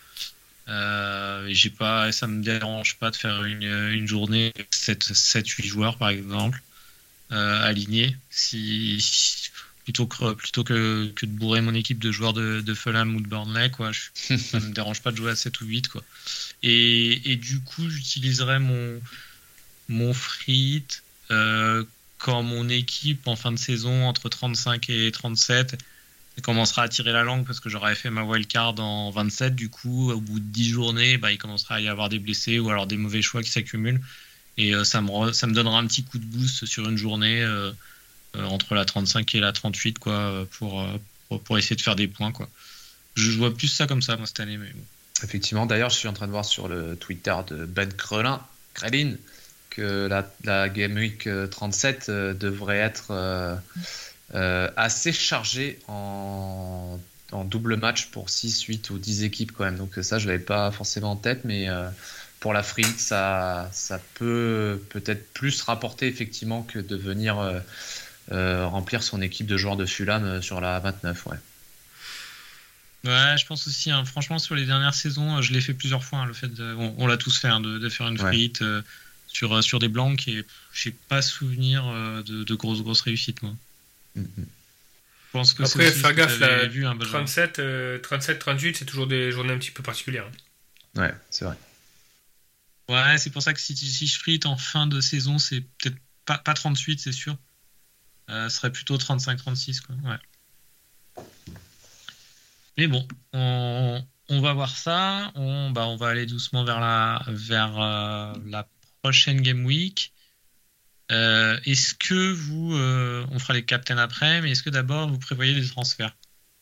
Ça me dérange pas de faire une journée avec 7-8 joueurs par exemple alignés plutôt que de bourrer mon équipe de joueurs de Fulham ou de Burnley quoi. Ça me dérange pas de jouer à 7 ou 8 quoi. Et du coup j'utiliserai mon free hit quand mon équipe en fin de saison entre 35 et 37 commencera à tirer la langue parce que j'aurais fait ma wildcard en 27, du coup au bout de 10 journées il commencera à y avoir des blessés ou alors des mauvais choix qui s'accumulent et ça me donnera un petit coup de boost sur une journée entre la 35 et la 38 quoi, pour essayer de faire des points quoi. Je vois plus ça comme ça moi cette année mais bon. Effectivement, d'ailleurs je suis en train de voir sur le Twitter de Ben Crelin que la Game Week 37 devrait être assez chargé en double match pour 6, 8 ou 10 équipes quand même. Donc ça, je l'avais pas forcément en tête, mais pour la free hit, ça peut peut-être plus rapporter effectivement que de venir remplir son équipe de joueurs de Fulham sur la 29. Ouais. Ouais, je pense aussi. Franchement, sur les dernières saisons, je l'ai fait plusieurs fois. Le fait on l'a tous fait de faire une free hit sur des blancs et j'ai pas souvenir de grosses réussites moi. Mm-hmm. Je pense que après, faire gaffe, la vu, 37-38, c'est toujours des journées un petit peu particulières. Ouais, c'est vrai. Ouais, c'est pour ça que si je frite en fin de saison, c'est peut-être pas 38, c'est sûr. Ce serait plutôt 35-36, quoi. Ouais. Mais bon, on va voir ça. On va aller doucement vers la prochaine Game Week. Est-ce que vous, on fera les captains après, mais est-ce que d'abord vous prévoyez des transferts?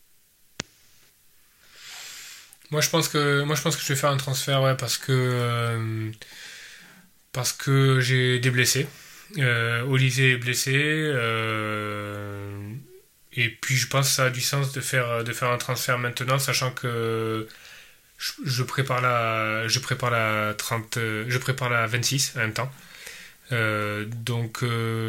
Moi, je pense que je vais faire un transfert, ouais, parce que j'ai des blessés. Olivier est blessé, et puis je pense que ça a du sens de faire un transfert maintenant, sachant que je prépare la 26 en même temps. Donc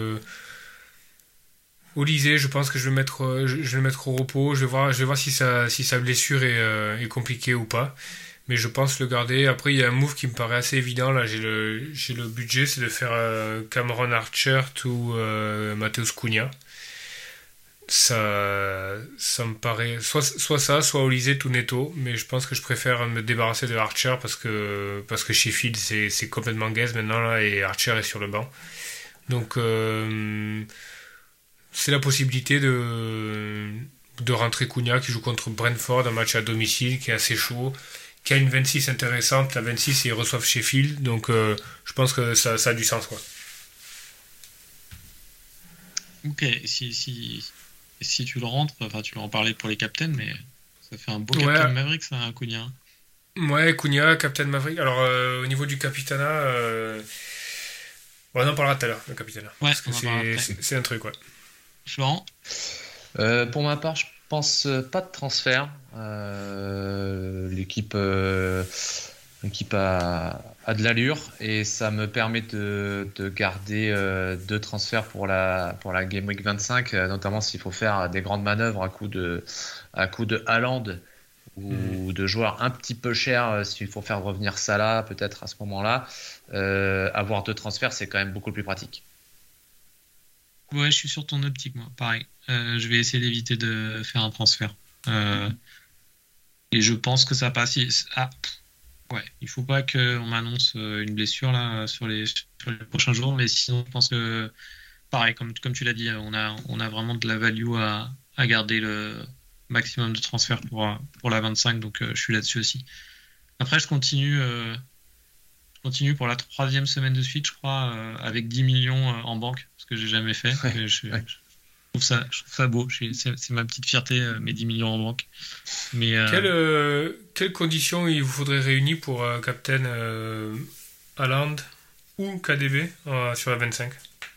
Olysée, je pense que je vais le mettre au repos. Je vais voir si sa blessure est compliquée ou pas. Mais je pense le garder. Après, il y a un move qui me paraît assez évident. Là, j'ai le budget, c'est de faire Cameron Archer ou Matheus Cunha. Ça me paraît soit ça, soit Olysée tout netto. Mais je pense que je préfère me débarrasser de Archer parce que Sheffield c'est complètement gaze maintenant là et Archer est sur le banc. Donc c'est la possibilité de rentrer Cunha qui joue contre Brentford, un match à domicile qui est assez chaud, qui a une 26 intéressante. La 26 ils reçoivent Sheffield, donc je pense que ça a du sens quoi. Ok, si tu le rentres, enfin tu vas en parler pour les captains, mais ça fait un beau Captain Maverick ça, un Cunha. Ouais, Cunha, Captain Maverick. Alors au niveau du Capitana, on en parlera tout à l'heure, le Capitana. Ouais, parce que c'est un truc, ouais. Florent? Pour ma part, je pense pas de transfert. L'équipe a de l'allure et ça me permet de garder 2 transferts pour la Game Week 25, notamment s'il faut faire des grandes manœuvres à coup de Haaland ou de joueurs un petit peu chers, s'il faut faire revenir Salah peut-être à ce moment-là. Avoir 2 transferts, c'est quand même beaucoup plus pratique. Ouais, je suis sur ton optique, moi. Pareil. Je vais essayer d'éviter de faire un transfert. Et je pense que ça passe. Ouais, il faut pas qu'on m'annonce une blessure là sur les prochains jours, mais sinon, je pense que, pareil, comme tu l'as dit, on a vraiment de la value à garder le maximum de transferts pour la 25, donc je suis là-dessus aussi. Après, je continue pour la 3e semaine de suite, je crois, avec 10 millions en banque, ce que j'ai jamais fait. Ouais, je trouve ça beau. C'est ma petite fierté, mes 10 millions en banque. Mais quelles conditions il vous faudrait réunir pour Captain Haaland ou KDB sur la 25?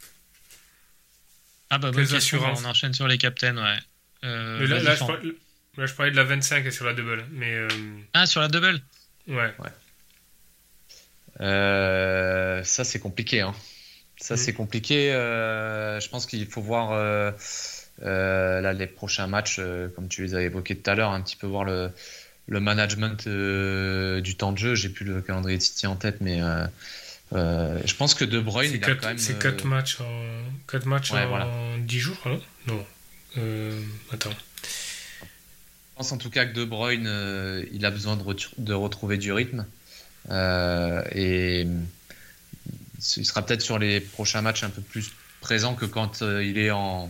Ah bah bonne question, on enchaîne sur les captains, ouais. Là, je parlais de la 25 et sur la double. Mais, Ah, sur la double? Ouais. Ça, c'est compliqué. Hein. Ça, c'est compliqué. Je pense qu'il faut voir là, les prochains matchs, comme tu les as évoqués tout à l'heure, un petit peu voir le management du temps de jeu. J'ai plus le calendrier de City en tête, mais je pense que De Bruyne, il a quand même. C'est 4 matchs Ouais, voilà. en 10 jours, hein. Non. Attends. Je pense en tout cas que De Bruyne, il a besoin de retrouver du rythme. Et il sera peut-être sur les prochains matchs un peu plus présent que quand il est en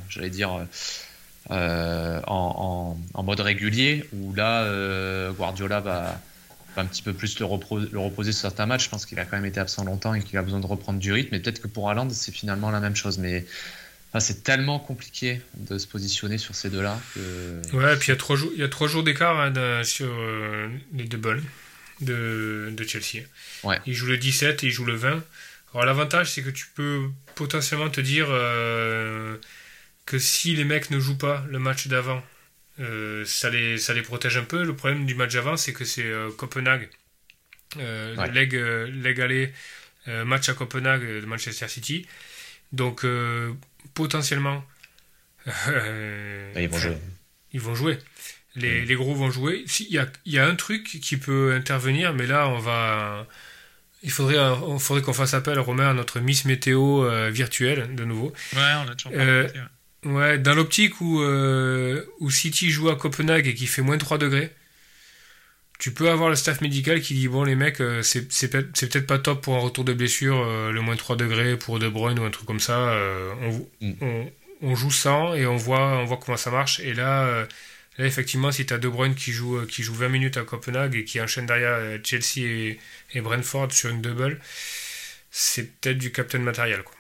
mode régulier, où là, Guardiola va un petit peu plus le reposer sur certains matchs. Je pense qu'il a quand même été absent longtemps et qu'il a besoin de reprendre du rythme. Et peut-être que pour Haaland, c'est finalement la même chose. Mais c'est tellement compliqué de se positionner sur ces deux-là. Ouais, et puis il y a 3 jours d'écart sur les doubles de Chelsea. Ouais. Il joue le 17 et il joue le 20. Alors l'avantage, c'est que tu peux potentiellement te dire que si les mecs ne jouent pas le match d'avant, ça les protège un peu. Le problème du match d'avant, c'est que c'est Copenhague, Ouais. leg aller, match à Copenhague de Manchester City. Donc potentiellement, Ils vont jouer. ils vont jouer. Les gros vont jouer. Il y a un truc qui peut intervenir, mais là, il faudrait qu'on fasse appel, Romain, à notre Miss Météo virtuelle, de nouveau. Ouais, on l'a toujours pas raconté, ouais. Ouais, dans l'optique où City joue à Copenhague et qui fait moins 3 degrés, tu peux avoir le staff médical qui dit, bon, les mecs, c'est peut-être pas top pour un retour de blessure, le moins 3 degrés pour De Bruyne ou un truc comme ça. On joue sans et on voit comment ça marche. Et là, effectivement, si tu as De Bruyne qui joue 20 minutes à Copenhague et qui enchaîne derrière Chelsea et Brentford sur une double, c'est peut-être du captain matériel, quoi.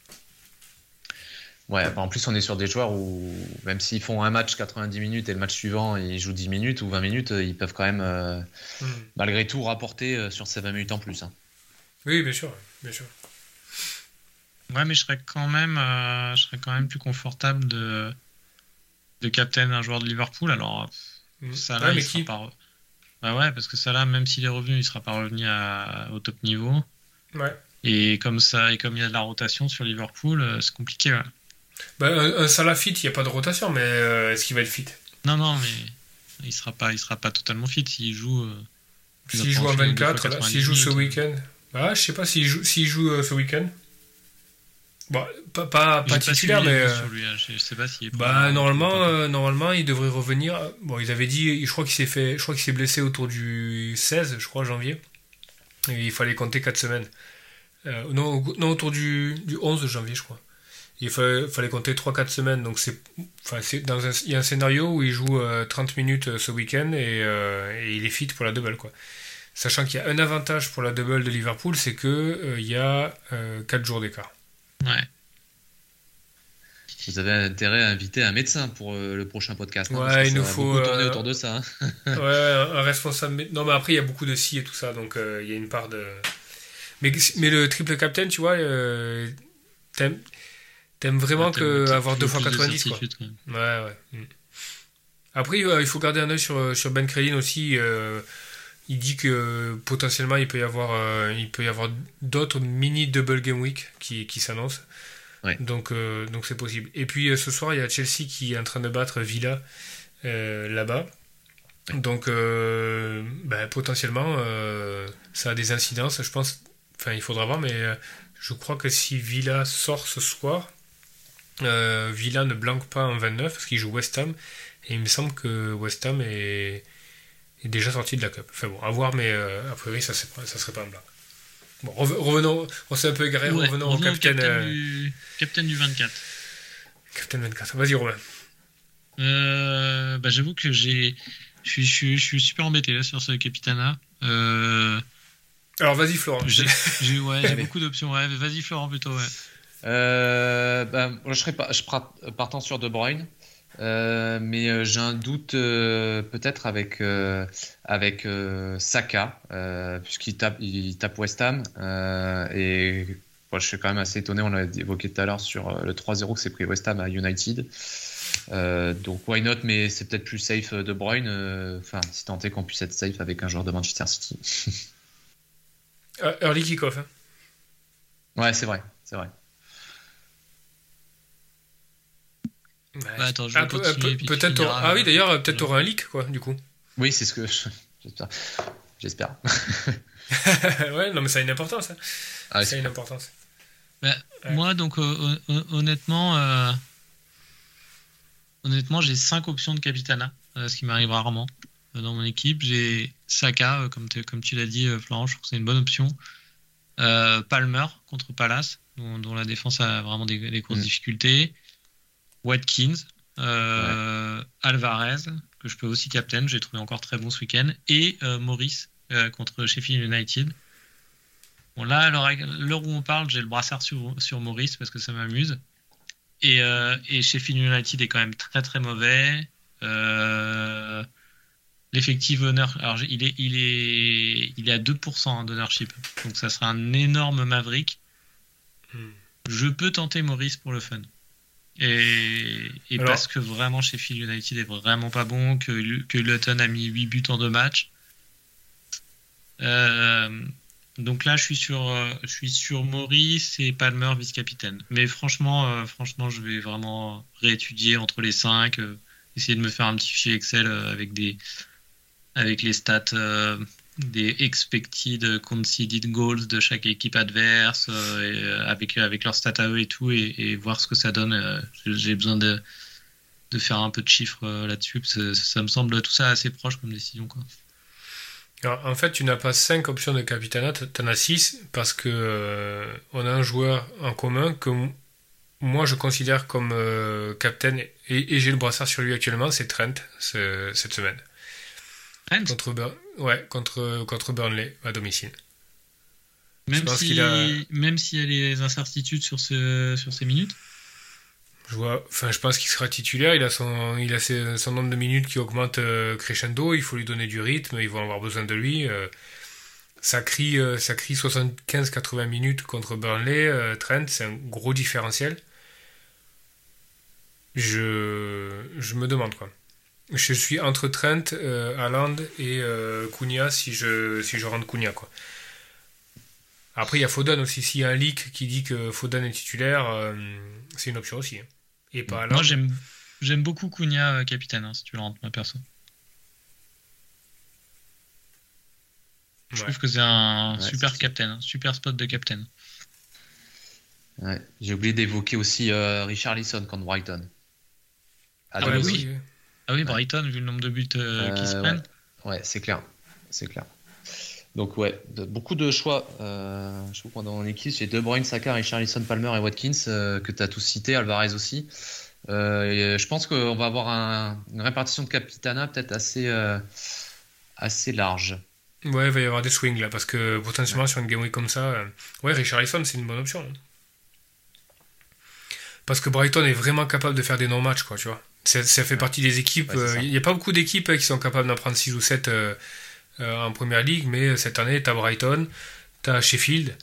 Ouais, en plus, on est sur des joueurs où, même s'ils font un match 90 minutes et le match suivant, ils jouent 10 minutes ou 20 minutes, ils peuvent quand même, malgré tout, rapporter sur ces 20 minutes en plus. Hein. Oui, bien sûr, bien sûr. Ouais, mais je serais quand même plus confortable de captain un joueur de Liverpool. Alors, ça là, Ouais, mais il sera qui pas. Bah ouais, parce que ça là, même s'il est revenu, il sera pas revenu au top niveau. Ouais. Et comme il y a de la rotation sur Liverpool, c'est compliqué. Ouais. Bah, un Salah fit, il n'y a pas de rotation, mais est-ce qu'il va être fit? Non, mais il sera pas totalement fit s'il joue. S'il joue en 24, là, s'il joue ce week-end. Bah, je sais pas s'il joue ce week-end. Bon, pas titulaire, mais. Je sais pas s'il est. Bah, normalement, il devrait revenir. Bon, ils avaient dit, je crois qu'il s'est blessé autour du 16, je crois, janvier. Et il fallait compter 4 semaines. Non, autour du 11 janvier, je crois. Il fallait compter 3-4 semaines. Donc, il y a un scénario où il joue 30 minutes ce week-end et il est fit pour la double, quoi. Sachant qu'il y a un avantage pour la double de Liverpool, c'est que il y a 4 jours d'écart. Ouais. Vous avez intérêt à inviter un médecin pour le prochain podcast. Hein, Ouais, il nous va faut beaucoup tourner autour de ça. Hein. Ouais, un responsable. Non, mais après, il y a beaucoup de si et tout ça, donc il y a une part de. Mais le triple captain, tu vois, t'aimes vraiment avoir 2 fois 90, quoi. Ouais. Après, il faut garder un œil sur Ben Crellin aussi. Il dit que potentiellement il peut y avoir d'autres mini double game week qui s'annoncent. Ouais. Donc c'est possible. Et puis ce soir il y a Chelsea qui est en train de battre Villa là-bas. Donc potentiellement ça a des incidences. Je pense. Enfin, il faudra voir, mais je crois que si Villa sort ce soir, Villa ne blanque pas en 29 parce qu'il joue West Ham. Et il me semble que West Ham est déjà sorti de la Cup. Enfin bon, à voir, mais a priori, ça serait pas un blanc. Bon, revenons, on s'est un peu égaré, revenons au capitaine. Capitaine du 24. Capitaine 24. Vas-y, Romain. J'avoue que je suis super embêté là sur ce capitana. Alors vas-y, Florent. J'ai beaucoup d'options. Ouais, vas-y, Florent, plutôt. Ouais. Je partant sur De Bruyne. Mais j'ai un doute peut-être avec Saka puisqu'il tape West Ham et je suis quand même assez étonné, on l'a évoqué tout à l'heure sur le 3-0 que s'est pris West Ham à United, donc why not, mais c'est peut-être plus safe De Bruyne, si tant est qu'on puisse être safe avec un joueur de Manchester City. Early kick-off, hein. Ouais, c'est vrai. Ouais. Bah, attends, je vais continuer, puis tu peut-être finiras, ah oui, d'ailleurs, peut-être t'auras un leak, quoi, du coup. Oui, c'est ce que j'espère. Ouais, non, mais ça a une importance. Hein. Ah, Ça a une importance. Bah, Ouais. moi, donc, honnêtement, j'ai 5 options de Capitana, ce qui m'arrive rarement dans mon équipe. J'ai Saka, comme tu l'as dit, Florent, je trouve que c'est une bonne option. Palmer contre Palace, dont la défense a vraiment des grosses difficultés. Watkins, Alvarez, que je peux aussi captain, j'ai trouvé encore très bon ce week-end. Et Morris contre Sheffield United. Bon, là, à l'heure où on parle, j'ai le brassard sur Morris parce que ça m'amuse. Et Sheffield United est quand même très très mauvais. L'effective owner, alors il est à 2% d'ownership, donc ça sera un énorme maverick. Je peux tenter Morris pour le fun. Et alors, parce que vraiment Sheffield United est vraiment pas bon, que Luton a mis 8 buts en 2 matchs. Donc là, je suis sur Maurice et Palmer vice-capitaine. Mais franchement, je vais vraiment réétudier entre les 5, essayer de me faire un petit fichier Excel avec les stats des expected conceded goals de chaque équipe adverse, avec leurs stats à eux et tout, et voir ce que ça donne. J'ai besoin de faire un peu de chiffres là-dessus, parce que ça me semble tout ça assez proche comme décision, quoi. alors, en fait, tu n'as pas 5 options de Capitana, t'en as 6, parce que on a un joueur en commun que moi je considère comme captain, et j'ai le brassard sur lui actuellement, c'est Trent, cette semaine. Trent Contre Burnley, à domicile. Même pense s'il y a les incertitudes sur ces minutes. Je pense qu'il sera titulaire. Il a son nombre de minutes qui augmente crescendo. Il faut lui donner du rythme. Ils vont avoir besoin de lui. Ça crie 75-80 minutes contre Burnley. Trent, c'est un gros différentiel. Je me demande, quoi. Je suis entre Trent, Haaland et Cunha si je rentre Cunha, quoi. Après, il y a Foden aussi. S'il y a un leak qui dit que Foden est titulaire, c'est une option aussi. Hein. Et pas Haaland. Moi, j'aime beaucoup Cunha capitaine, si tu le rentres, moi perso. Je trouve que c'est un super captain, super spot de captain. Ouais. J'ai oublié d'évoquer aussi Richarlison contre Brighton. Oui. Ah oui, Brighton, vu le nombre de buts qui se prennent. Ouais, c'est clair. Donc beaucoup de choix. Je trouve qu'on dans mon équipe, j'ai De Bruyne, Saka, Richarlison, Palmer et Watkins que tu as tous cités, Alvarez aussi. Je pense qu'on va avoir une répartition de capitana peut-être assez large. Ouais, il va y avoir des swings là, parce que potentiellement sur une game week comme ça, Richarlison c'est une bonne option. Hein. Parce que Brighton est vraiment capable de faire des non-matchs, quoi, tu vois. Ça fait partie des équipes. Il n'y a pas beaucoup d'équipes qui sont capables d'en prendre 6 ou 7 en première ligue, mais cette année, t'as Brighton, t'as Sheffield,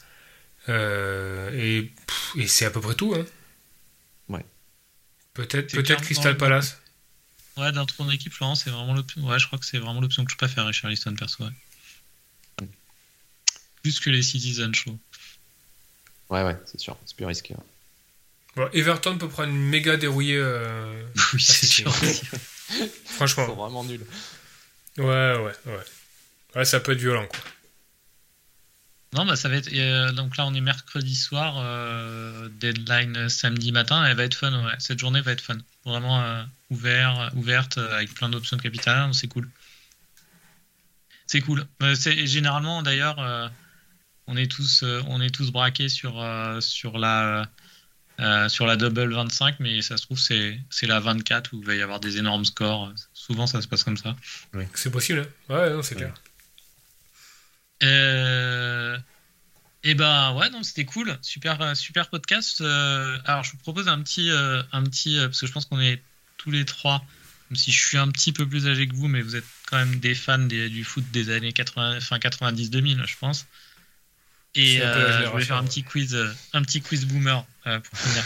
et c'est à peu près tout. Hein. Ouais. Peut-être Crystal Palace. Ouais, dans ton équipe, Florent, c'est vraiment l'option. Ouais, je crois que c'est vraiment l'option que je préfère, Richarlison, perso. Ouais. Plus que les Citizens Show. Ouais, c'est sûr. C'est plus risqué. Ouais. Bon, Everton peut prendre une méga dérouillée. Oui, c'est sûr. Franchement. C'est vraiment nul. Ouais, ça peut être violent, quoi. Non, bah ça va être. Donc là, on est mercredi soir, deadline samedi matin. Elle va être fun, ouais. Cette journée va être fun. Vraiment ouverte, avec plein d'options de capital. C'est cool. C'est cool. Généralement, d'ailleurs, on est tous braqués sur la double 25, mais ça se trouve, c'est la 24 où il va y avoir des énormes scores. Souvent, ça se passe comme ça. Oui. C'est possible, hein. Ouais, non, c'est clair. Et ben ouais, non, c'était cool, super podcast. Alors je vous propose un petit parce que je pense qu'on est tous les trois, même si je suis un petit peu plus âgé que vous, mais vous êtes quand même des fans du foot des années 90-2000, je pense. Et je vais faire un petit quiz boomer pour finir.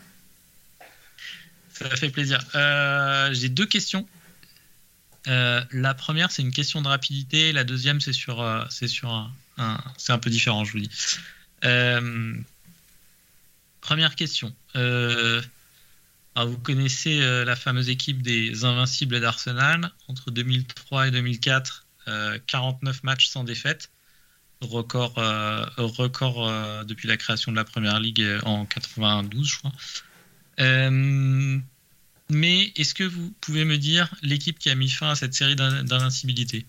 Ça fait plaisir. J'ai 2 questions. La première, c'est une question de rapidité. La deuxième, c'est un peu différent, je vous dis. Première question. Alors, vous connaissez la fameuse équipe des Invincibles d'Arsenal, entre 2003 et 2004, 49 matchs sans défaite, record depuis la création de la Première Ligue en 92, je crois. Mais est-ce que vous pouvez me dire l'équipe qui a mis fin à cette série d'invincibilité?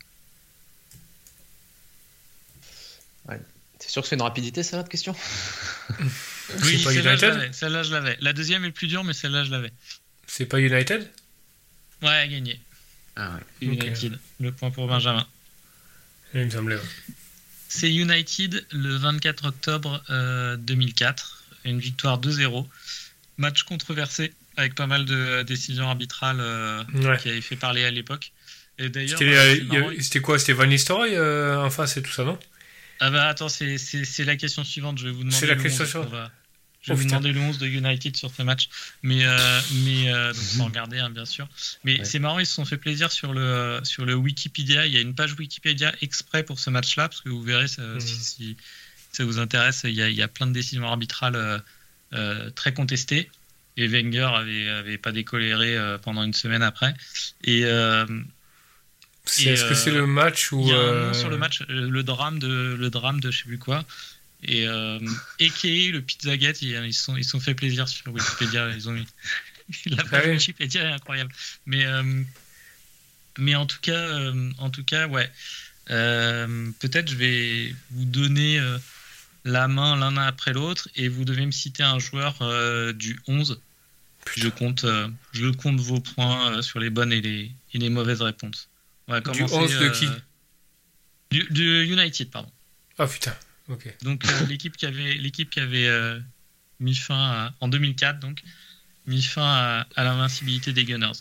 T'es sûr que c'est une rapidité, ça, de question? Oui, C'est pas celle-là, United? je l'avais. La deuxième est plus dure, mais celle-là, je l'avais. C'est pas United? Ouais, gagné. Ah ouais. United. Le point pour Benjamin. Il me semblait. Ouais. C'est United le 24 octobre 2004. Une victoire 2-0. Match controversé avec pas mal de décisions arbitrales Ouais. qui avaient fait parler à l'époque. Et d'ailleurs, C'était quoi? C'était Van Nistelrooy en face et tout ça, non? Ah bah attends, c'est la question suivante. Je vais vous demander C'est la le question 11. suivante. Je vais vous putain. demander le 11 de United sur ce match. Mais donc faut regarder, hein, bien sûr. Mais Ouais. c'est marrant, ils se sont fait plaisir sur le Wikipédia. Il y a une page Wikipédia exprès pour ce match-là, parce que vous verrez, si ça vous intéresse, il y a plein de décisions arbitrales très contestées. Et Wenger avait pas décoléré pendant une semaine après. Et Est-ce que c'est le match où... il y a un nom sur le match, le drame de je sais plus quoi. Et Eke, le Pizzagate, ils se sont fait plaisir sur Wikipédia. Ils ont mis la page Wikipédia est incroyable. Mais en tout cas, ouais. Peut-être je vais vous donner la main l'un après l'autre et vous devez me citer un joueur du 11. Je compte vos points sur les bonnes et les mauvaises réponses. On va Du commencer, 11 de qui? du United, pardon. Ah putain, ok. Donc l'équipe qui avait mis fin en 2004, donc mis fin à l'invincibilité des Gunners.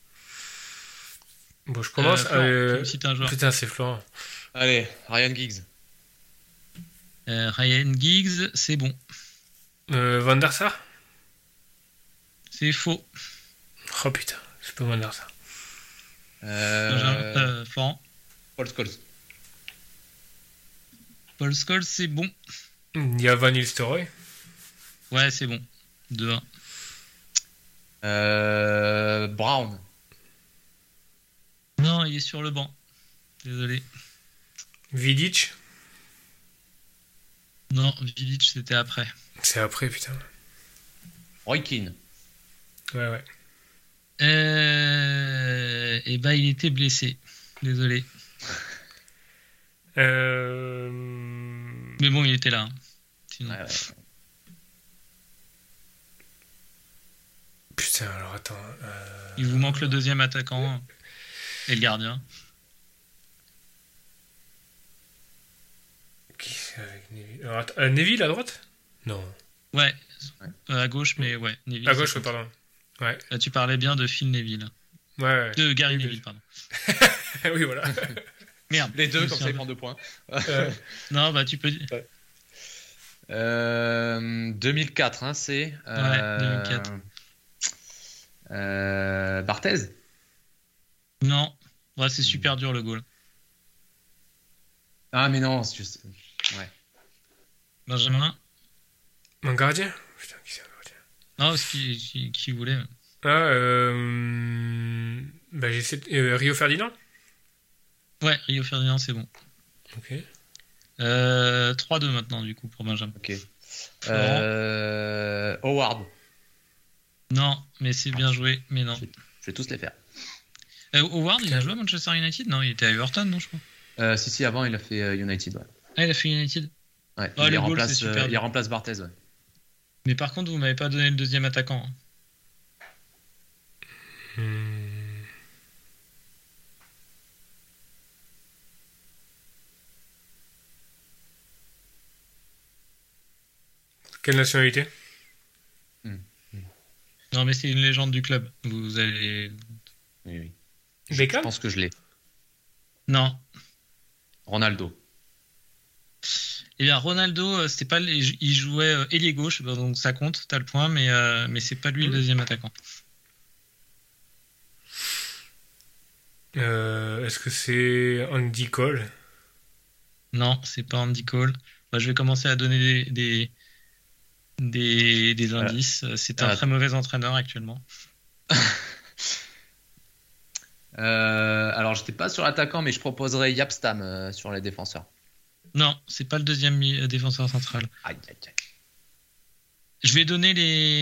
Bon, je commence. Florent, tu me cites un joueur. Putain, c'est Florent. Allez, Ryan Giggs. Ryan Giggs, c'est bon. Van der Sar? C'est faux. Oh putain, c'est pas Van der Sar. Florent. Paul Scholes. Paul Scholes, c'est bon. Il y a Van Nistelrooy. Ouais, c'est bon. 2-1. Brown. Non, il est sur le banc. Désolé. Vidic. Non, Vidic, c'était après. C'est après, putain. Roy Keane. Ouais. Et bah, il était blessé. Désolé. Mais bon, il était là. Hein. Sinon. Ouais. Putain, alors attends. Il vous manque le deuxième attaquant et le gardien. Qui c'est avec Neville? Alors, Neville à droite? Non. Ouais, à gauche, mais ouais. Neville, À gauche, c'est pardon. Ouais. Là, tu parlais bien de Phil Neville. Ouais. De Gary Neville, pardon. Oui, voilà. Merde. Les deux, je me comme ça, souviens ils prennent 2 points. Non, bah tu peux. 2004, hein, c'est. 2004. Barthez. Non. Ouais, c'est super dur le goal. Ah, mais non, c'est juste. Ouais. Benjamin. Un gardien? Putain, qui c'est un gardien? Non, qui voulait. Bah, j'essaie Rio Ferdinand? Ouais, Rio Ferdinand, c'est bon. Ok. 3-2 maintenant, du coup, pour Benjamin. Ok. Howard. Non, mais c'est bien joué, mais non. Je vais tous les faire. Howard, il a joué à Manchester United? Non, il était à Everton, non, je crois. Si, avant, il a fait United. Ouais. Ah, il a fait United. Ouais, Oh, il, les goals, remplace, c'est super il dur. remplace Barthez. Ouais. Mais par contre, vous m'avez pas donné le deuxième attaquant. Hein. Quelle nationalité? Non, mais c'est une légende du club. Vous allez. Oui. Beckham? Je pense que je l'ai. Non. Ronaldo. Eh bien, Ronaldo, c'était pas, il jouait ailier gauche, donc ça compte, t'as le point, mais c'est pas lui le deuxième attaquant. Est-ce que c'est Andy Cole? Non, c'est pas Andy Cole. Bah, je vais commencer à donner des des indices. C'est un très mauvais entraîneur actuellement. Alors, j'étais pas sur l'attaquant, mais je proposerais Yapstam sur les défenseurs. Non, c'est pas le deuxième défenseur central. Aïe, aïe, aïe. Je vais donner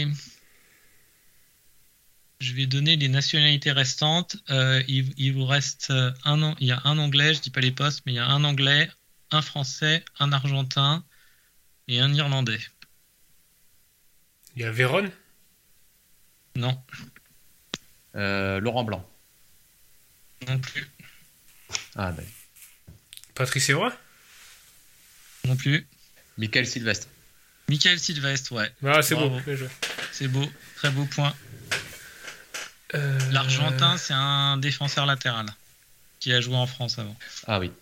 les nationalités restantes. Il vous reste il y a un Anglais, je dis pas les postes, mais il y a un Anglais, un Français, un Argentin et un Irlandais. Il y a Véron. Non, Laurent Blanc. non plus. Ah, ben. Patrice Evra. Non plus. Michael Sylvestre. Michael Sylvestre, ouais. Ah, c'est Bravo. beau. Bien joué. C'est beau, très beau point. L'Argentin, c'est un défenseur latéral qui a joué en France avant. Ah oui.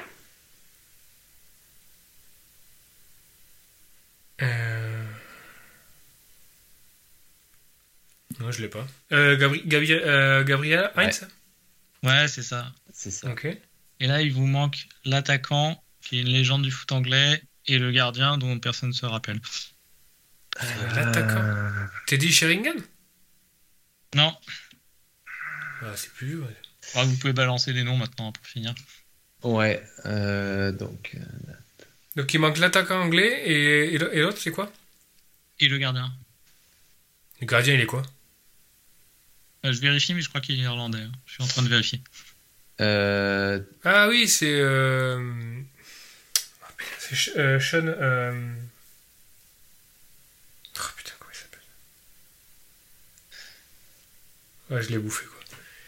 Non, je l'ai pas. Gabriel Heinz. Ouais, c'est ça. C'est ça. Ok. Et là, il vous manque l'attaquant, qui est une légende du foot anglais, et le gardien dont personne ne se rappelle. L'attaquant. Teddy Sheringham. Non. Ah, c'est plus. Ouais. Ah, vous pouvez balancer les noms maintenant pour finir. Ouais. Donc. Donc il manque l'attaquant anglais et l'autre, c'est quoi? Et le gardien. Le gardien, il est quoi? Je vérifie, mais je crois qu'il est irlandais. Je suis en train de vérifier. Ah oui, c'est. C'est Sean. Oh putain, comment il s'appelle? Ouais, je l'ai bouffé, quoi.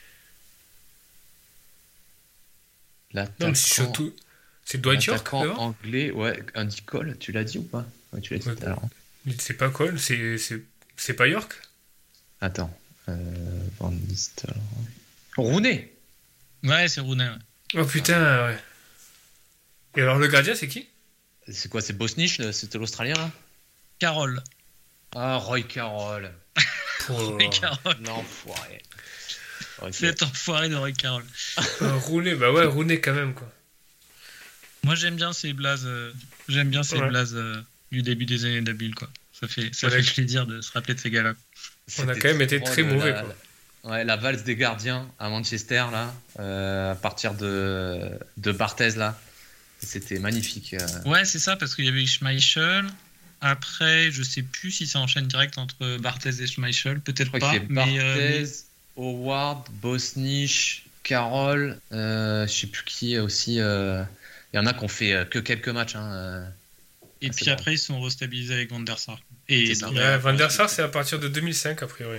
L'attaquant. Non, mais c'est surtout. C'est Dwight York, L'attaquant devant? anglais, ouais. Andy Cole, tu l'as dit ou pas? Ouais, tu l'as dit Ouais. tout à l'heure. C'est pas Cole, c'est pas York? Attends. Van Nistelrooy. Rooney. Ouais, c'est Rooney. Ouais. Oh putain, ouais. Et alors le gardien, c'est qui? C'est quoi? C'est Bosnich, c'était l'Australien là? Carroll. Ah, Roy Carroll. Roy Carroll. L'enfoiré. Ok. Cet enfoiré de Roy Carroll. Rooney, bah ouais, Rooney quand même, quoi. Moi, j'aime bien ces blazes. Ouais. Blazes du début des années d'Abil, quoi. Ça fait Ouais. plaisir de se rappeler de ces gars-là. On a C'était quand même été trop très drôle, mauvais, la- quoi. Ouais, la valse des gardiens à Manchester, là, à partir de Barthez, là. C'était magnifique. Ouais, c'est ça, parce qu'il y avait eu Schmeichel. Après, je sais plus si ça enchaîne direct entre Barthez et Schmeichel. Je Peut-être crois pas. qu'il y a Barthez, Howard, Bosnich, Carroll, je sais plus qui aussi. Il y en a qui ont fait que quelques matchs. Hein, et c'est puis bon. après, ils sont restabilisés avec Van der Sar. Et C'est ça. donc, Ouais, Van der Sar, c'est à partir de 2005, a priori.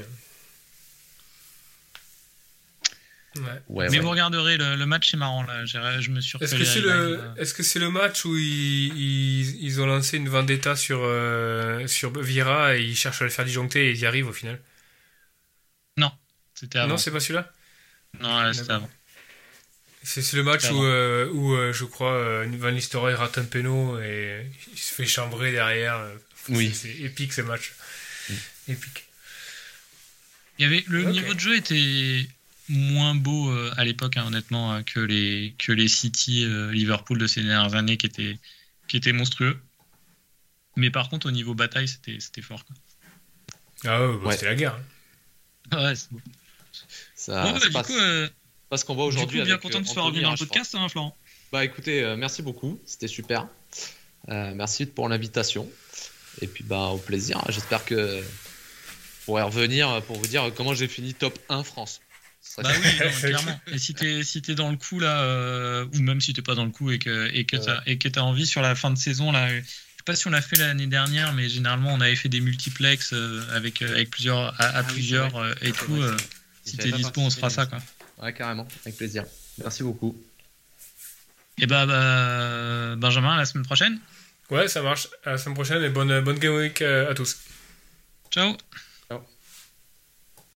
Ouais. mais vous regarderez le match, c'est marrant là. Je me suis Est-ce refait que les c'est highlights, est-ce que c'est le match où ils ont lancé une vendetta sur Vieira et ils cherchent à le faire disjoncter et ils y arrivent au final? Non, c'était avant. Non, c'est pas celui-là? Non, là, c'était D'accord. avant. C'est le match C'est où je crois Van Nistelrooy rate un péno et il se fait chambrer derrière. Oui. C'est épique ce match. Épique. Il y avait le Ok. niveau de jeu était moins beau à l'époque, hein, honnêtement, que les City, Liverpool de ces dernières années qui étaient monstrueux. Mais par contre, au niveau bataille, c'était fort, quoi. Ah ouais, bah, Ouais. c'était la guerre. Hein. Ouais, c'est beau. Ça, Bon, bah, c'est du pas, coup, pas ce qu'on voit aujourd'hui. bien avec, content que tu sois Anthony revenu dans le Rashford. podcast, hein, Florent. Bah écoutez, merci beaucoup, c'était super. Merci pour l'invitation. Et puis bah au plaisir. J'espère que je pourrai revenir pour vous dire comment j'ai fini top 1 France. Ce serait Bah bien. oui, non, clairement. Et si t'es dans le coup là, ou même si t'es pas dans le coup et que t'as envie sur la fin de saison là, je sais pas si on l'a fait l'année dernière, mais généralement on avait fait des multiplex avec plusieurs Ah oui, plusieurs c'est vrai. et C'est tout. vrai, c'est vrai. Si J'avais t'es pas dispo, on se fera ça, participé, quoi. Ouais, carrément, avec plaisir. Merci beaucoup. Et bah, Benjamin, à la semaine prochaine. Ouais, ça marche. À la semaine prochaine et bonne Game Week à tous. Ciao.